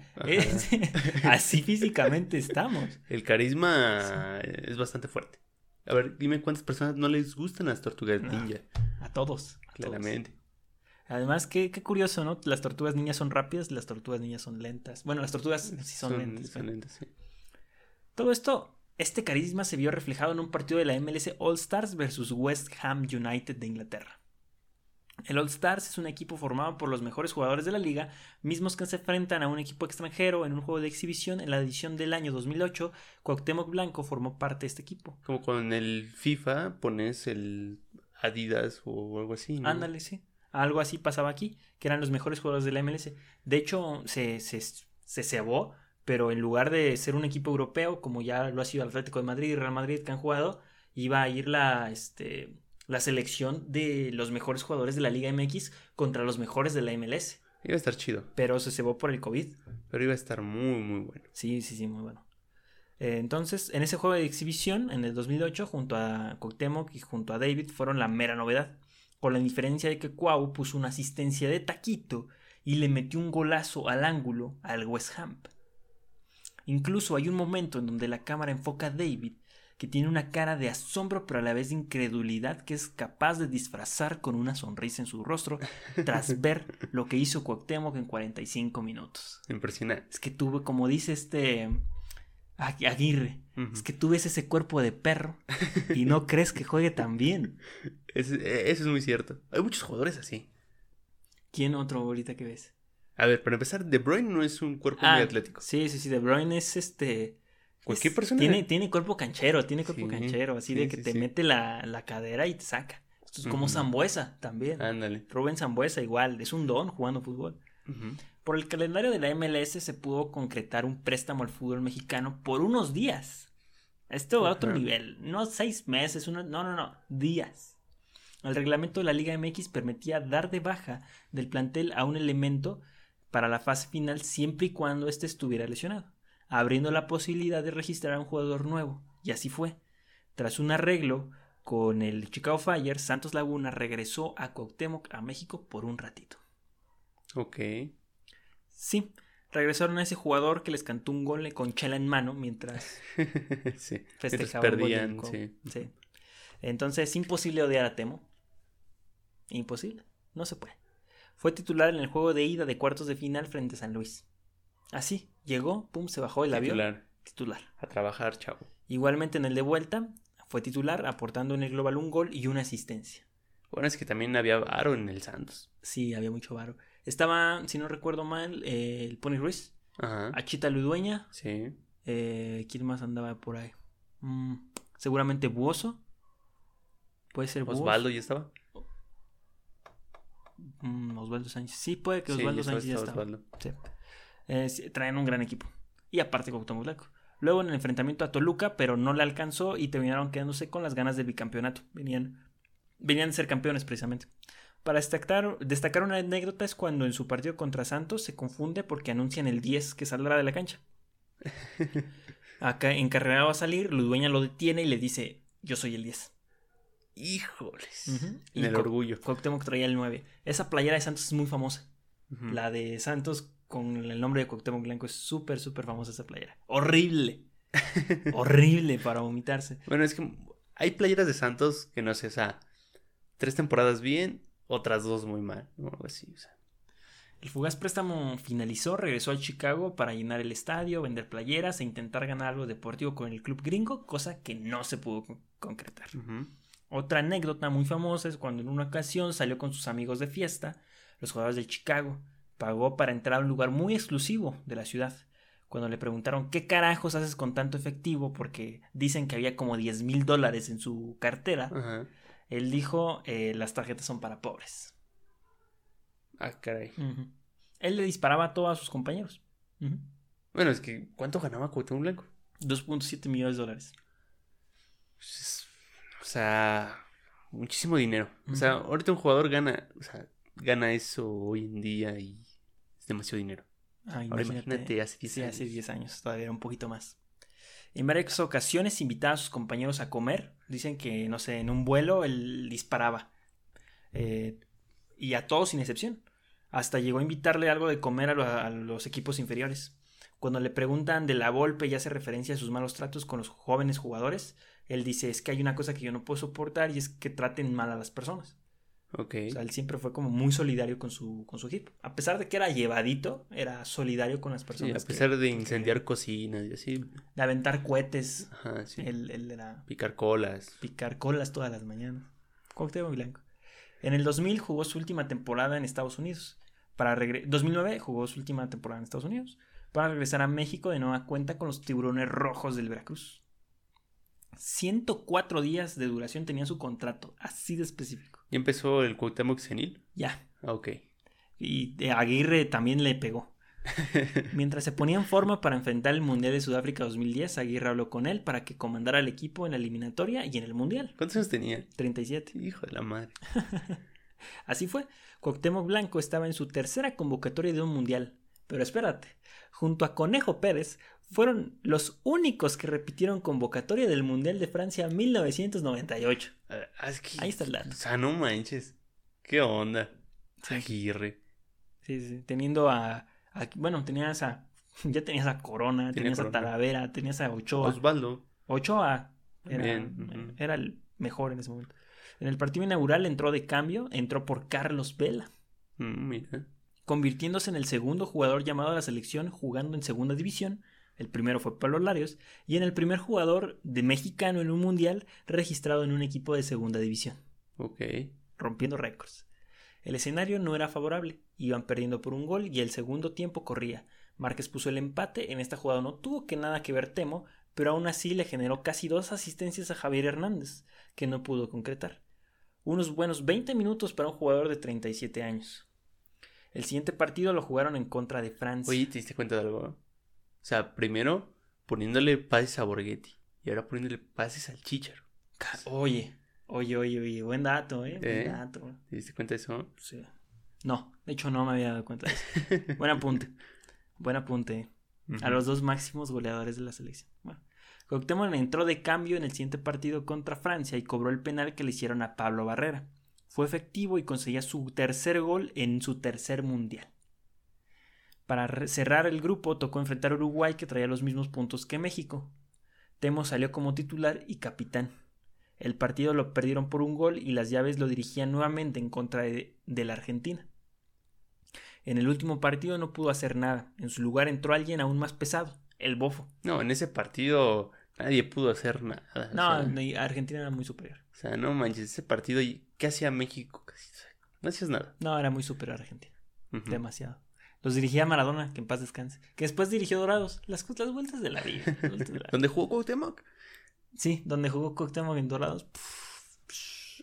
Así físicamente estamos. El carisma es bastante fuerte. A ver, dime cuántas personas no les gustan las tortugas ninja. A todos. Claramente. Todos. Además, qué curioso, ¿no? Las tortugas ninjas son rápidas, las tortugas ninjas son lentas. Bueno, las tortugas sí son lentas. Son lentas, sí. Todo esto... Este carisma se vio reflejado en un partido de la MLS All Stars versus West Ham United de Inglaterra. El All Stars es un equipo formado por los mejores jugadores de la liga, mismos que se enfrentan a un equipo extranjero en un juego de exhibición. En la edición del año 2008, Cuauhtémoc Blanco formó parte de este equipo. Como con el FIFA pones el Adidas o algo así, ¿no? Ándale, sí. Algo así pasaba aquí, que eran los mejores jugadores de la MLS. De hecho, se cebó. Pero en lugar de ser un equipo europeo, como ya lo ha sido Atlético de Madrid y Real Madrid que han jugado, iba a ir la selección de los mejores jugadores de la Liga MX contra los mejores de la MLS. Iba a estar chido. Pero se cebó por el COVID. Pero iba a estar muy, muy bueno. Sí, muy bueno. Entonces, en ese juego de exhibición, en el 2008, junto a Cuauhtémoc y junto a David, fueron la mera novedad. Con la diferencia de que Cuau puso una asistencia de taquito y le metió un golazo al ángulo al West Ham. Incluso hay un momento en donde la cámara enfoca a David, que tiene una cara de asombro pero a la vez de incredulidad que es capaz de disfrazar con una sonrisa en su rostro tras ver lo que hizo Cuauhtémoc en 45 minutos. Impresionante. Es que tuve, como dice Aguirre, es que tú ves ese cuerpo de perro y no crees que juegue tan bien. Eso es muy cierto. Hay muchos jugadores así. ¿Quién otro ahorita que ves? A ver, para empezar, De Bruyne no es un cuerpo muy atlético. Sí, De Bruyne es cualquier persona. Tiene cuerpo canchero, así de que te mete la cadera y te saca. Esto es como Sambuesa también. Ándale. Rubén Sambuesa igual, es un don jugando fútbol. Por el calendario de la MLS se pudo concretar un préstamo al fútbol mexicano por unos días. Esto va a otro nivel, no 6 meses, no, días. El reglamento de la Liga MX permitía dar de baja del plantel a un elemento para la fase final siempre y cuando éste estuviera lesionado, abriendo la posibilidad de registrar a un jugador nuevo. Y así fue. Tras un arreglo con el Chicago Fire, Santos Laguna regresó a Cuauhtémoc a México por un ratito. Ok. Sí, regresaron a ese jugador que les cantó un gol con chela en mano mientras festejaban. Perdían, sí. Entonces es imposible odiar a Temo. Imposible, no se puede. Fue titular en el juego de ida de cuartos de final frente a San Luis. Así, llegó, pum, se bajó el avión. Titular. A trabajar, chavo. Igualmente en el de vuelta, fue titular, aportando en el global un gol y una asistencia. Bueno, es que también había varo en el Santos. Sí, había mucho varo. Estaba, si no recuerdo mal, el Pony Ruiz. Ajá. Achita Ludueña. Sí. ¿Quién más andaba por ahí? Seguramente Buoso. Puede ser Osvaldo ya estaba. Osvaldo Sánchez. Sí, puede que Osvaldo Sánchez ya estaba. Sí. Traen un gran equipo. Y aparte Cuauhtémoc Blanco. Luego en el enfrentamiento a Toluca, pero no le alcanzó y terminaron quedándose con las ganas del bicampeonato. Venían de ser campeones precisamente. Para destacar una anécdota es cuando en su partido contra Santos se confunde porque anuncian el 10 que saldrá de la cancha. Acá encarregado a salir, Ludueña lo detiene y le dice: yo soy el 10. Híjoles. Y el orgullo. Cuauhtémoc traía el 9. Esa playera de Santos es muy famosa. La de Santos con el nombre de Cuauhtémoc Blanco es súper, súper famosa esa playera. Horrible. Horrible para vomitarse. Bueno, es que hay playeras de Santos que no sé, o sea, 3 temporadas bien, otras 2 muy mal, ¿no? Algo así, o sea. El fugaz préstamo finalizó, regresó a Chicago para llenar el estadio, vender playeras e intentar ganar algo deportivo con el club gringo, cosa que no se pudo concretar. Otra anécdota muy famosa es cuando en una ocasión salió con sus amigos de fiesta, los jugadores del Chicago. Pagó para entrar a un lugar muy exclusivo de la ciudad. Cuando le preguntaron ¿qué carajos haces con tanto efectivo? Porque dicen que había como $10,000 en su cartera. Él dijo, las tarjetas son para pobres. Ah, caray. Él le disparaba a todos sus compañeros. Bueno, es que ¿cuánto ganaba Cuauhtémoc Blanco? $2.7 millones. Pues, o sea, muchísimo dinero. O sea, ahorita un jugador gana eso hoy en día y es demasiado dinero. Ahora imagínate hace 10 años. Hace 10 años, todavía era un poquito más. En varias ocasiones invitaba a sus compañeros a comer. Dicen que, no sé, en un vuelo él disparaba. Y a todos sin excepción. Hasta llegó a invitarle algo de comer a los equipos inferiores. Cuando le preguntan de la Volpe y hace referencia a sus malos tratos con los jóvenes jugadores, él dice, es que hay una cosa que yo no puedo soportar y es que traten mal a las personas. Okay. O sea, él siempre fue como muy solidario con su equipo. A pesar de que era llevadito, era solidario con las personas. Sí, a pesar de incendiar cocinas y así. De aventar cohetes. Ajá, sí. Él era... Picar colas todas las mañanas. Cuauhtémoc Blanco. En el 2000 jugó su última temporada en Estados Unidos. 2009 jugó su última temporada en Estados Unidos. Para regresar a México de nueva cuenta con los Tiburones Rojos del Veracruz. 104 días de duración tenía su contrato, así de específico. ¿Ya empezó el Cuauhtémoc senil? Ya. Ok. Y Aguirre también le pegó. Mientras se ponía en forma para enfrentar el Mundial de Sudáfrica 2010, Aguirre habló con él para que comandara al equipo en la eliminatoria y en el Mundial. ¿Cuántos años tenía? 37. Hijo de la madre. Así fue. Cuauhtémoc Blanco estaba en su tercera convocatoria de un Mundial. Pero espérate, junto a Conejo Pérez, fueron los únicos que repitieron convocatoria del Mundial de Francia 1998. Ahí está el dato. O sea, no manches. ¿Qué onda? Sí. Aguirre. Sí. Teniendo ya tenías a Corona, tenías a Talavera, tenías a Ochoa. Osvaldo. Ochoa era el mejor en ese momento. En el partido inaugural entró por Carlos Vela. Mira. Convirtiéndose en el segundo jugador llamado a la selección jugando en segunda división. El primero fue Pablo Larios. Y en el primer jugador de mexicano en un mundial registrado en un equipo de segunda división. Ok. Rompiendo récords. El escenario no era favorable. Iban perdiendo por un gol y el segundo tiempo corría. Márquez puso el empate. En esta jugada no tuvo nada que ver Temo, pero aún así le generó casi 2 asistencias a Javier Hernández, que no pudo concretar. Unos buenos 20 minutos para un jugador de 37 años. El siguiente partido lo jugaron en contra de Francia. Oye, ¿te diste cuenta de algo? O sea, primero poniéndole pases a Borghetti y ahora poniéndole pases al Chícharo. Oye, buen dato, buen dato. ¿Te diste cuenta de eso? Sí. No, de hecho no me había dado cuenta de eso. Buen apunte. A los 2 máximos goleadores de la selección. Bueno, Cuauhtémoc entró de cambio en el siguiente partido contra Francia y cobró el penal que le hicieron a Pablo Barrera. Fue efectivo y conseguía su tercer gol en su tercer mundial. Para cerrar el grupo tocó enfrentar a Uruguay, que traía los mismos puntos que México. Temo salió como titular y capitán. El partido lo perdieron por un gol y las llaves lo dirigían nuevamente en contra de la Argentina. En el último partido no pudo hacer nada. En su lugar entró alguien aún más pesado, el Bofo. No, en ese partido nadie pudo hacer nada. No, Argentina era muy superior. O sea, no manches, ese partido, ¿qué hacía México? No hacías nada. No, era muy superior a Argentina. Demasiado. Los dirigía Maradona, que en paz descanse. Que después dirigió Dorados. Las vueltas de la vida. ¿Dónde jugó Cuauhtémoc? Sí, donde jugó Cuauhtémoc en Dorados.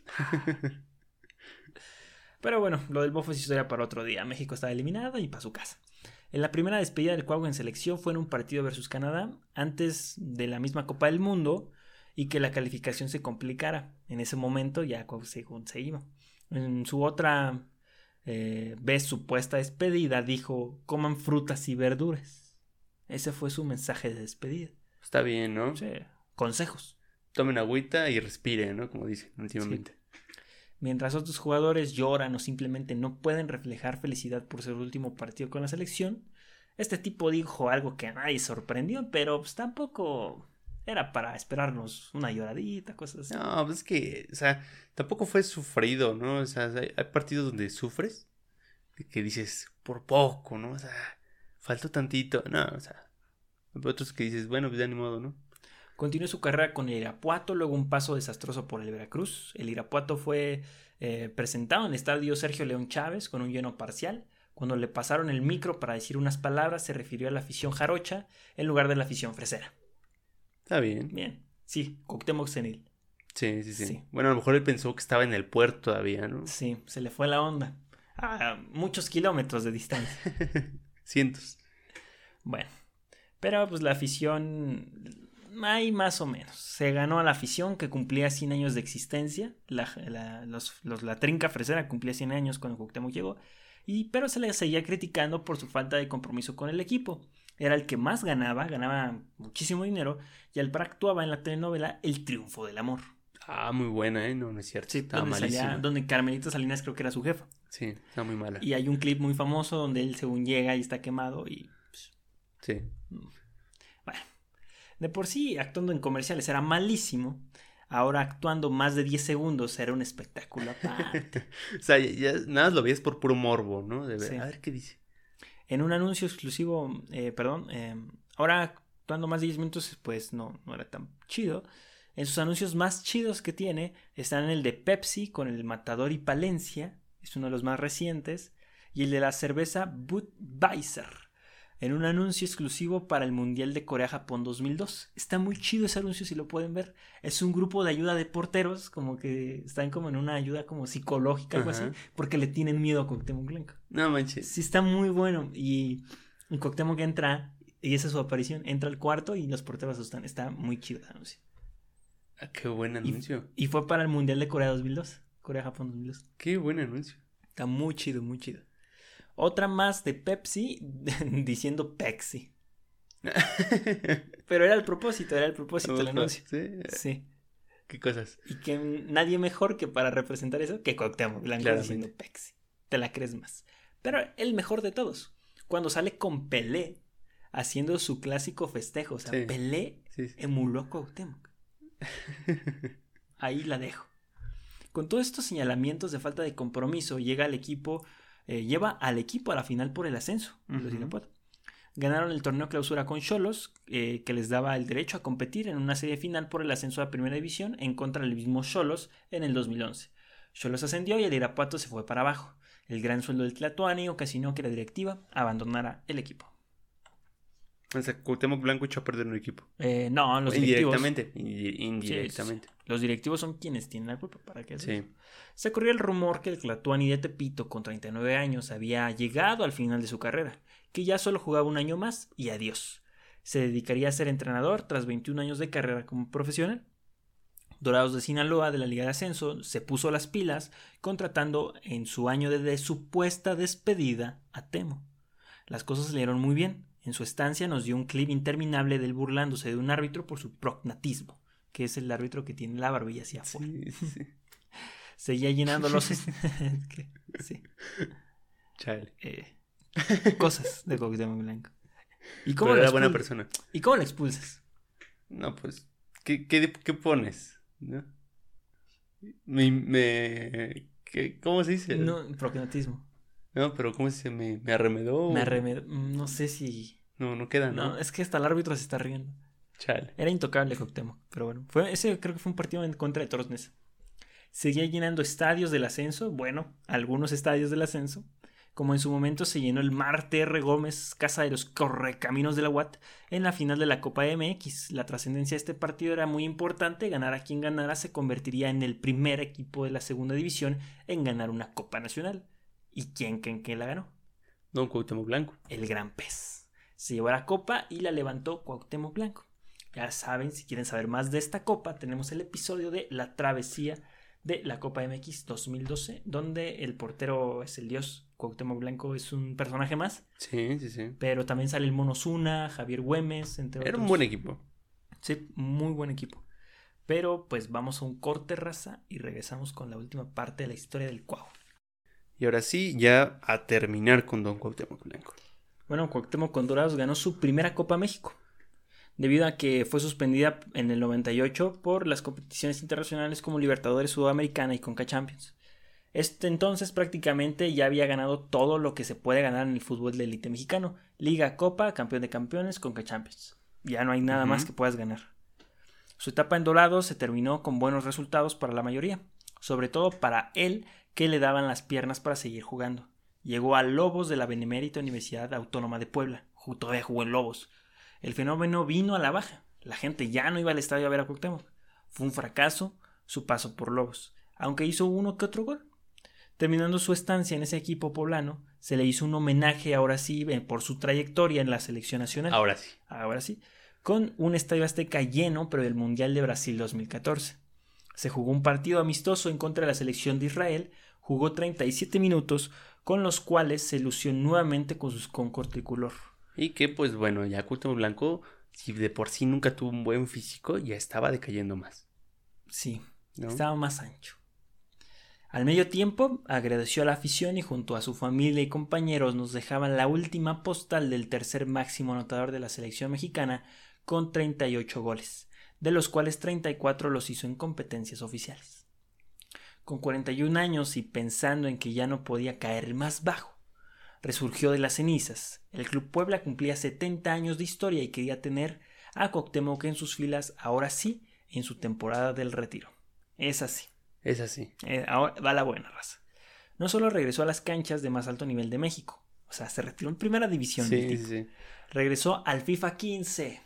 Pero bueno, lo del Bofo es historia para otro día. México estaba eliminado y para su casa. En la primera despedida del Cuau en selección fue en un partido versus Canadá, antes de la misma Copa del Mundo, y que la calificación se complicara. En ese momento ya Cuau se iba. En su otra vez supuesta despedida dijo: coman frutas y verduras. Ese fue su mensaje de despedida. Está bien, ¿no? Sí, consejos. Tomen agüita y respiren, ¿no? Como dicen últimamente. Sí. Mientras otros jugadores lloran o simplemente no pueden reflejar felicidad por ser el último partido con la selección, este tipo dijo algo que a nadie sorprendió, pero pues tampoco era para esperarnos una lloradita, cosas así. No, pues es que, o sea, tampoco fue sufrido, ¿no? O sea, hay partidos donde sufres, que dices, por poco, ¿no? O sea, faltó tantito, no, o sea, otros que dices, bueno, pues ya ni modo, ¿no? Continuó su carrera con el Irapuato, luego un paso desastroso por el Veracruz. El Irapuato fue presentado en el estadio Sergio León Chávez con un lleno parcial. Cuando le pasaron el micro para decir unas palabras, se refirió a la afición jarocha en lugar de la afición fresera. Está bien. Bien, sí, Cuauhtémoc senil. Sí. Bueno, a lo mejor él pensó que estaba en el puerto todavía, ¿no? Sí, se le fue la onda. A muchos kilómetros de distancia. Cientos. Bueno, pero pues la afición... Ahí más o menos. Se ganó a la afición que cumplía 100 años de existencia. La trinca fresera cumplía 100 años cuando Cuauhtémoc llegó. Pero se le seguía criticando por su falta de compromiso con el equipo. Era el que más ganaba muchísimo dinero. Y al par actuaba en la telenovela El Triunfo del Amor. Ah, muy buena, ¿eh? No es cierto. Sí, estaba malísima. Donde Carmelita Salinas creo que era su jefa. Sí, está muy mala. Y hay un clip muy famoso donde él según llega y está quemado y... Pues, sí. Bueno. De por sí, actuando en comerciales era malísimo. Ahora actuando más de 10 segundos era un espectáculo aparte. O sea, ya nada más lo ves por puro morbo, ¿no? De ver, Sí. A ver qué dice. En un anuncio exclusivo, ahora actuando más de 10 minutos, pues no era tan chido. En sus anuncios más chidos que tiene están en el de Pepsi con el Matador y Palencia, es uno de los más recientes, y el de la cerveza Budweiser, en un anuncio exclusivo para el Mundial de Corea-Japón 2002. Está muy chido ese anuncio si lo pueden ver. Es un grupo de ayuda de porteros, como que están como en una ayuda como psicológica, algo así, porque le tienen miedo a Cuauhtémoc Blanco. No manches. Sí, está muy bueno. Y Cuauhtémoc entra, y esa es su aparición, entra al cuarto y los porteros asustan. Está muy chido ese anuncio. Ah, qué buen anuncio. Y fue para el Mundial de Corea 2002. Corea-Japón 2002. Qué buen anuncio. Está muy chido, muy chido. Otra más de Pepsi diciendo Pepsi. Pero era el propósito del anuncio. Sí. ¿Qué cosas? Y que nadie mejor que para representar eso que Cuauhtémoc Blanco diciendo Pepsi. Te la crees más. Pero el mejor de todos, cuando sale con Pelé haciendo su clásico festejo. O sea, sí. Pelé emuló a Cuauhtémoc. Ahí la dejo. Con todos estos señalamientos de falta de compromiso, lleva al equipo a la final por el ascenso. Ganaron el torneo clausura con Xolos, que les daba el derecho a competir en una serie final por el ascenso a la primera división en contra del mismo Xolos en el 2011. Xolos ascendió y el Irapuato se fue para abajo. El gran sueldo del Tlatoani ocasionó que la directiva abandonara el equipo. O sea, Cuauhtémoc Blanco echó a perder un equipo. No, los directivos. Indirectamente. Sí, los directivos son quienes tienen la culpa. ¿Para qué? Sí. Se corrió el rumor que el Tlatoani de Tepito, con 39 años, había llegado al final de su carrera, que ya solo jugaba un año más y adiós. Se dedicaría a ser entrenador tras 21 años de carrera como profesional. Dorados de Sinaloa de la Liga de Ascenso se puso las pilas, contratando en su año de supuesta despedida a Temo. Las cosas salieron muy bien. En su estancia nos dio un clip interminable de él burlándose de un árbitro por su prognatismo, que es el árbitro que tiene la barbilla hacia afuera. Sí. Seguía llenando los... sí. Chale. Cosas de Cuauhtémoc Blanco. ¿Y cómo era buena persona? ¿Y cómo lo expulsas? No, pues, ¿qué pones? ¿No? ¿Cómo se dice? No, prognatismo. No, pero ¿cómo se dice? ¿Me arremedó? No sé si... No queda, ¿no? No, es que hasta el árbitro se está riendo. Chale. Era intocable Cuauhtémoc, pero bueno. Ese creo que fue un partido en contra de Toros Neza. Seguía llenando estadios del ascenso, bueno, algunos estadios del ascenso, como en su momento se llenó el Marte R. Gómez, casa de los correcaminos de la UAT, en la final de la Copa MX. La trascendencia de este partido era muy importante, ganar a quien ganara se convertiría en el primer equipo de la segunda división en ganar una Copa Nacional. ¿Y quién la ganó? Don Cuauhtémoc Blanco. El Gran Pez. Se llevó la copa y la levantó Cuauhtémoc Blanco. Ya saben, si quieren saber más de esta copa, tenemos el episodio de La Travesía de la Copa MX 2012, donde el portero es el dios. Cuauhtémoc Blanco es un personaje más. Sí. Pero también sale el Mono Zuna, Javier Güemes, entre otros. Era un buen equipo. Sí, muy buen equipo. Pero pues vamos a un corte, raza, y regresamos con la última parte de la historia del Cuau. Y ahora sí, ya a terminar con Don Cuauhtémoc Blanco. Bueno, Cuauhtémoc con Dorados ganó su primera Copa México, debido a que fue suspendida en el 98 por las competiciones internacionales como Libertadores Sudamericana y Conca Champions. Entonces prácticamente ya había ganado todo lo que se puede ganar en el fútbol de élite mexicano: Liga, Copa, Campeón de Campeones, Conca Champions. Ya no hay nada más que puedas ganar. Su etapa en Dorados se terminó con buenos resultados para la mayoría, sobre todo para él, que le daban las piernas para seguir jugando. Llegó a Lobos de la Benemérita Universidad Autónoma de Puebla. Todavía jugó en Lobos. El fenómeno vino a la baja. La gente ya no iba al estadio a ver a Cuauhtémoc. Fue un fracaso su paso por Lobos, aunque hizo uno que otro gol. Terminando su estancia en ese equipo poblano, se le hizo un homenaje, ahora sí, por su trayectoria en la selección nacional. Ahora sí. Con un estadio Azteca lleno, pero del Mundial de Brasil 2014. Se jugó un partido amistoso en contra de la selección de Israel. Jugó 37 minutos, con los cuales se lució nuevamente con corticolor. Y que, pues bueno, ya Cuauhtémoc Blanco, si de por sí nunca tuvo un buen físico, ya estaba decayendo más. Sí, ¿no? Estaba más ancho. Al medio tiempo, agradeció a la afición y junto a su familia y compañeros nos dejaban la última postal del tercer máximo anotador de la selección mexicana con 38 goles, de los cuales 34 los hizo en competencias oficiales. Con 41 años y pensando en que ya no podía caer más bajo, resurgió de las cenizas. El Club Puebla cumplía 70 años de historia y quería tener a Cuauhtémoc en sus filas, ahora sí, en su temporada del retiro. Es así. Ahora va la buena, raza. No solo regresó a las canchas de más alto nivel de México, o sea, se retiró en primera división. Sí. Regresó al FIFA 15.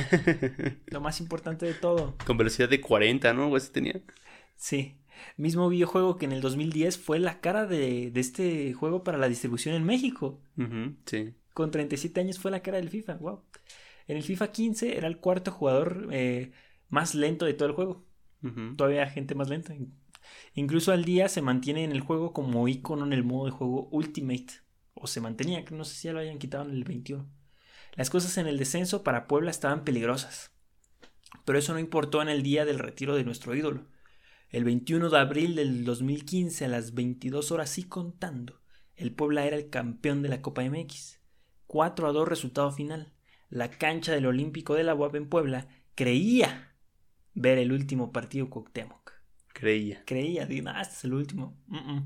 Lo más importante de todo. Con velocidad de 40, ¿no? ¿O ese tenía? Sí. Mismo videojuego que en el 2010 fue la cara de este juego para la distribución en México. Sí. Con 37 años fue la cara del FIFA. Wow. En el FIFA 15 era el cuarto jugador más lento de todo el juego. Todavía gente más lenta. Incluso al día se mantiene en el juego como icono en el modo de juego Ultimate. O se mantenía, que no sé si ya lo hayan quitado en el 21. Las cosas en el descenso para Puebla estaban peligrosas. Pero eso no importó en el día del retiro de nuestro ídolo. El 21 de abril del 2015 a las 22 horas y contando, el Puebla era el campeón de la Copa MX. 4-2 resultado final. La cancha del Olímpico de la UAP en Puebla creía ver el último partido Cuauhtémoc. Creía, digo, este es el último.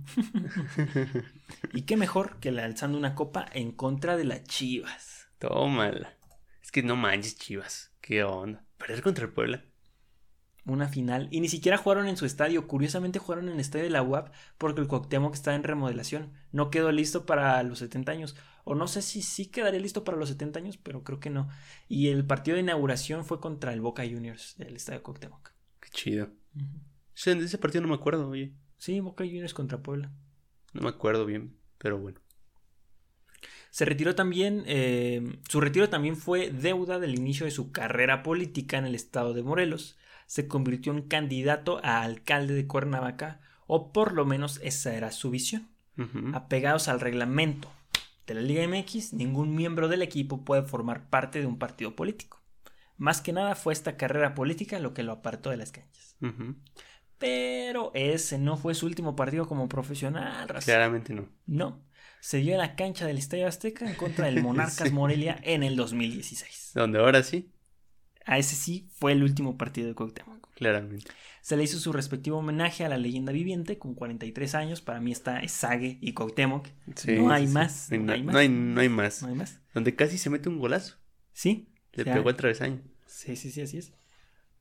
Y qué mejor que alzando una copa en contra de las Chivas. Tómala. Es que no manches, Chivas. ¿Qué onda? ¿Perder contra el Puebla? Una final. Y ni siquiera jugaron en su estadio. Curiosamente jugaron en el estadio de la UAP porque el Cuauhtémoc está en remodelación. No quedó listo para los 70 años. O no sé si sí quedaría listo para los 70 años, pero creo que no. Y el partido de inauguración fue contra el Boca Juniors del estadio Cuauhtémoc. Qué chido. De ese partido no me acuerdo, oye. Sí, Boca Juniors contra Puebla. No me acuerdo bien, pero bueno. Se retiró también, su retiro también fue deuda del inicio de su carrera política en el estado de Morelos. Se convirtió en candidato a alcalde de Cuernavaca, o por lo menos esa era su visión. Apegados al reglamento de la Liga MX, ningún miembro del equipo puede formar parte de un partido político. Más que nada fue esta carrera política lo que lo apartó de las canchas. Pero ese no fue su último partido como profesional. Claramente no. No. Se dio en la cancha del Estadio Azteca en contra del Monarcas Morelia en el 2016. Donde ahora sí. A ese sí fue el último partido de Cuauhtémoc. Claramente. Se le hizo su respectivo homenaje a la leyenda viviente con 43 años. Para mí está Ezague y Cuauhtémoc. Sí, no hay más. No hay más. Donde casi se mete un golazo. Sí. Le pegó el travesaño. Sí, así es.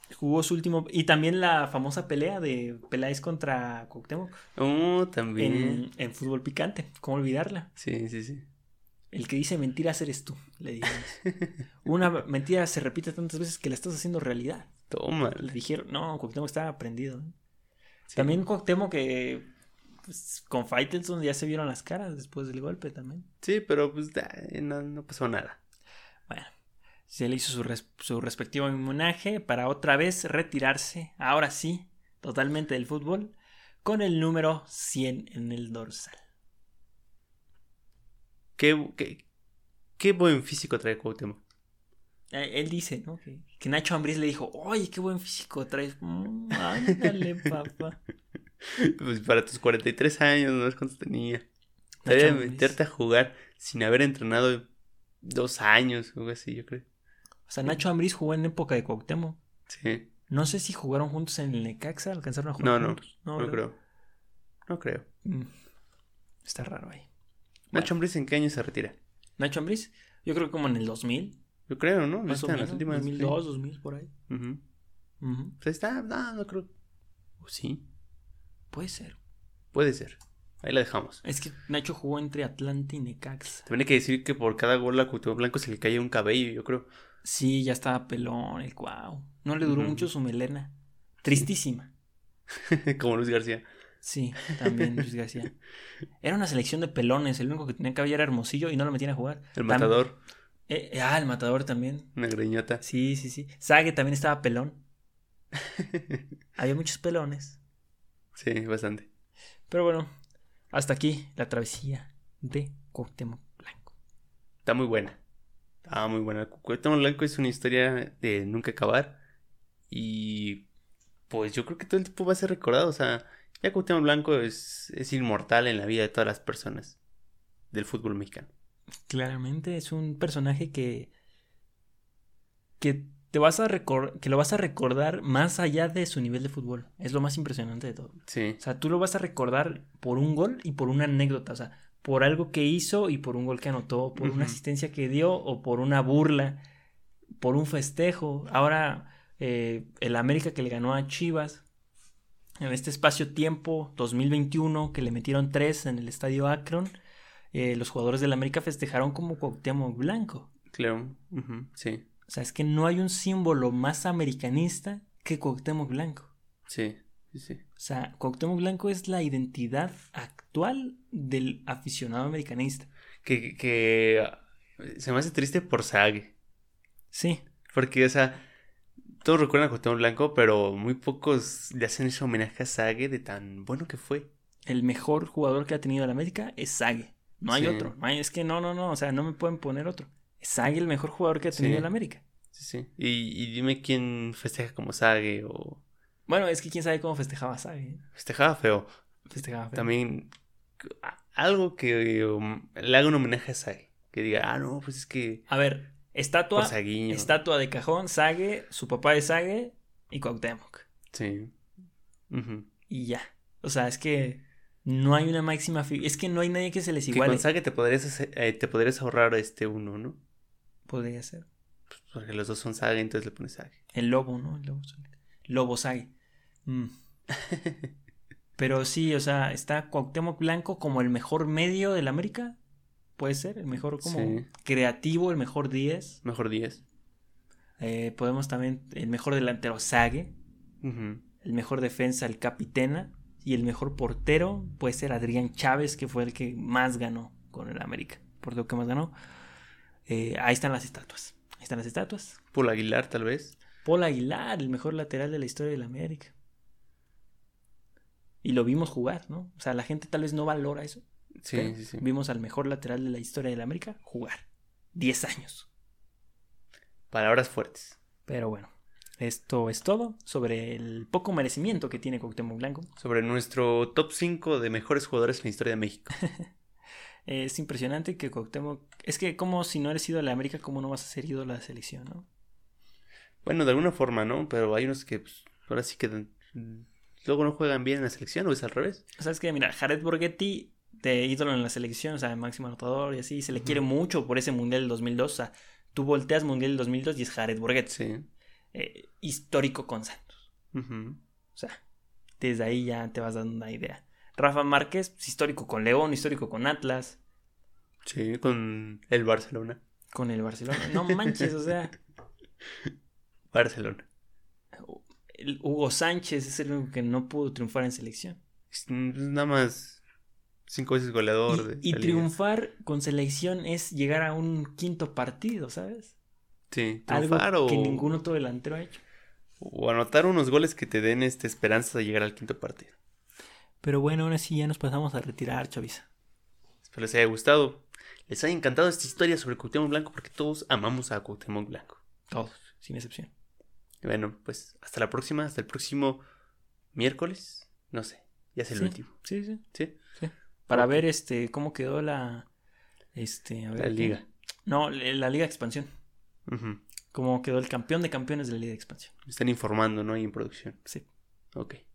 Jugó su último... Y también la famosa pelea de Peláez contra Cuauhtémoc. También. En fútbol picante. ¿Cómo olvidarla? Sí, sí, sí. El que dice mentiras eres tú, le dijeron. Una mentira se repite tantas veces que la estás haciendo realidad. Toma. Le dijeron, no, Cuauhtémoc estaba prendido. Sí. También Cuauhtémoc que pues, con Faitelson ya se vieron las caras después del golpe también. Sí, pero pues no pasó nada. Bueno, se le hizo su respectivo homenaje para otra vez retirarse, ahora sí, totalmente del fútbol, con el número 100 en el dorsal. Qué buen físico trae Cuauhtémoc. Él dice, ¿no? Que Nacho Ambriz le dijo, oye, qué buen físico traes. Ándale, papá. Pues para tus 43 años, no es cuántos tenía. Te debía meterte a jugar sin haber entrenado 2 años o algo así, yo creo. O sea, Nacho Ambriz jugó en época de Cuauhtémoc. Sí. No sé si jugaron juntos en el Necaxa, alcanzaron a jugar juntos. No creo. No creo. Está raro ahí. ¿Nacho Ambriz en qué año se retira? Nacho Ambriz, yo creo que como en el 2000. Yo creo, ¿no? Más o menos, las últimas, 2002, 2000, por ahí. Pues está, no creo. ¿O sí? Puede ser. Puede ser. Ahí la dejamos. Es que Nacho jugó entre Atlante y Necaxa. También hay que decir que por cada gol a Cuauhtémoc Blanco se le cae un cabello, yo creo. Sí, ya estaba pelón, el guau. No le duró mucho su melena. Tristísima. Sí. Como Luis García. Sí, también Luis García. Era una selección de pelones. El único que tenía cabello era Hermosillo y no lo metían a jugar. El Matador. El Matador también. Una greñota. Sí. Sague también estaba pelón. Había muchos pelones. Sí, bastante. Pero bueno, hasta aquí la travesía de Cuauhtémoc Blanco. Está muy buena. Cuauhtémoc Blanco es una historia de nunca acabar. Y pues yo creo que todo el tiempo va a ser recordado. O sea, ya Cuauhtémoc Blanco es inmortal en la vida de todas las personas del fútbol mexicano. Claramente es un personaje que lo vas a recordar más allá de su nivel de fútbol. Es lo más impresionante de todo. Sí. O sea, tú lo vas a recordar por un gol y por una anécdota. O sea, por algo que hizo y por un gol que anotó, por una asistencia que dio o por una burla, por un festejo. Ahora, el América que le ganó a Chivas en este espacio-tiempo 2021, que le metieron 3 en el estadio Akron, los jugadores del América festejaron como Cuauhtémoc Blanco. Claro, sí. O sea, es que no hay un símbolo más americanista que Cuauhtémoc Blanco. Sí. O sea, Cuauhtémoc Blanco es la identidad actual del aficionado americanista. Que se me hace triste por Sague. Sí. Porque, o sea, todos recuerdan a Cuauhtémoc Blanco, pero muy pocos le hacen ese homenaje a Sague de tan bueno que fue. El mejor jugador que ha tenido el América es Sague. No hay otro. Es que no. O sea, no me pueden poner otro. Es Sague el mejor jugador que ha tenido el América. Sí. Y dime quién festeja como Sague o... Bueno, es que quién sabe cómo festejaba Sague. Festejaba feo. También algo que le haga un homenaje a Sague. Que diga, no, pues es que... A ver, estatua de cajón, Sague, su papá es Sague y Cuauhtémoc. Sí. Y ya. O sea, es que no hay una máxima... Es que no hay nadie que se les iguale. Que con Sague te podrías ahorrar uno, ¿no? Podría ser. Pues porque los dos son Sague, entonces le pones Sague. El lobo, ¿no? Lobo Sague. Pero sí, o sea, está Cuauhtémoc Blanco como el mejor medio del América. Puede ser, el mejor como creativo, el mejor 10. Mejor 10. Podemos también, el mejor delantero Sague. El mejor defensa, el Capitena. Y el mejor portero puede ser Adrián Chávez, que fue el que más ganó con el América. Por lo que más ganó. Ahí están las estatuas. Paul Aguilar, tal vez. Paul Aguilar, el mejor lateral de la historia del América. Y lo vimos jugar, ¿no? O sea, la gente tal vez no valora eso. Sí. Vimos al mejor lateral de la historia del América jugar. 10 años. Palabras fuertes. Pero bueno, esto es todo sobre el poco merecimiento que tiene Cuauhtémoc Blanco. Sobre nuestro top 5 de mejores jugadores en la historia de México. Es impresionante que Cuauhtémoc... Es que como si no eres ídolo de la América, ¿cómo no vas a ser ídolo de la selección, no? Bueno, de alguna forma, ¿no? Pero hay unos que pues, ahora sí que luego no juegan bien en la selección, o es al revés. O sea, es que mira, Jared Borghetti, de ídolo en la selección, o sea, máximo anotador y así, se le quiere mucho por ese Mundial del 2002. O sea, tú volteas Mundial del 2002 y es Jared Borghetti. Sí. histórico con Santos. Uh-huh. O sea, desde ahí ya te vas dando una idea. Rafa Márquez, pues, histórico con León, histórico con Atlas. Sí, con el Barcelona. Con el Barcelona. No manches, o sea. Barcelona. Hugo Sánchez es el único que no pudo triunfar en selección. Nada más 5 veces goleador. Y triunfar con selección es llegar a un quinto partido, ¿sabes? Sí, triunfar algo que ningún otro delantero ha hecho. O anotar unos goles que te den esperanza de llegar al quinto partido. Pero bueno, ahora sí ya nos pasamos a retirar, chaviza. Espero les haya gustado. Les haya encantado esta historia sobre Cuauhtémoc Blanco porque todos amamos a Cuauhtémoc Blanco. Todos, sin excepción. Bueno, pues hasta la próxima, hasta el próximo miércoles. No sé, ya es el último. Sí. ¿Sí? Sí. Para ver cómo quedó la la liga. No, la Liga de Expansión. Uh-huh. Cómo quedó el campeón de campeones de la Liga de Expansión. Me están informando, ¿no? Ahí en producción. Sí. Ok.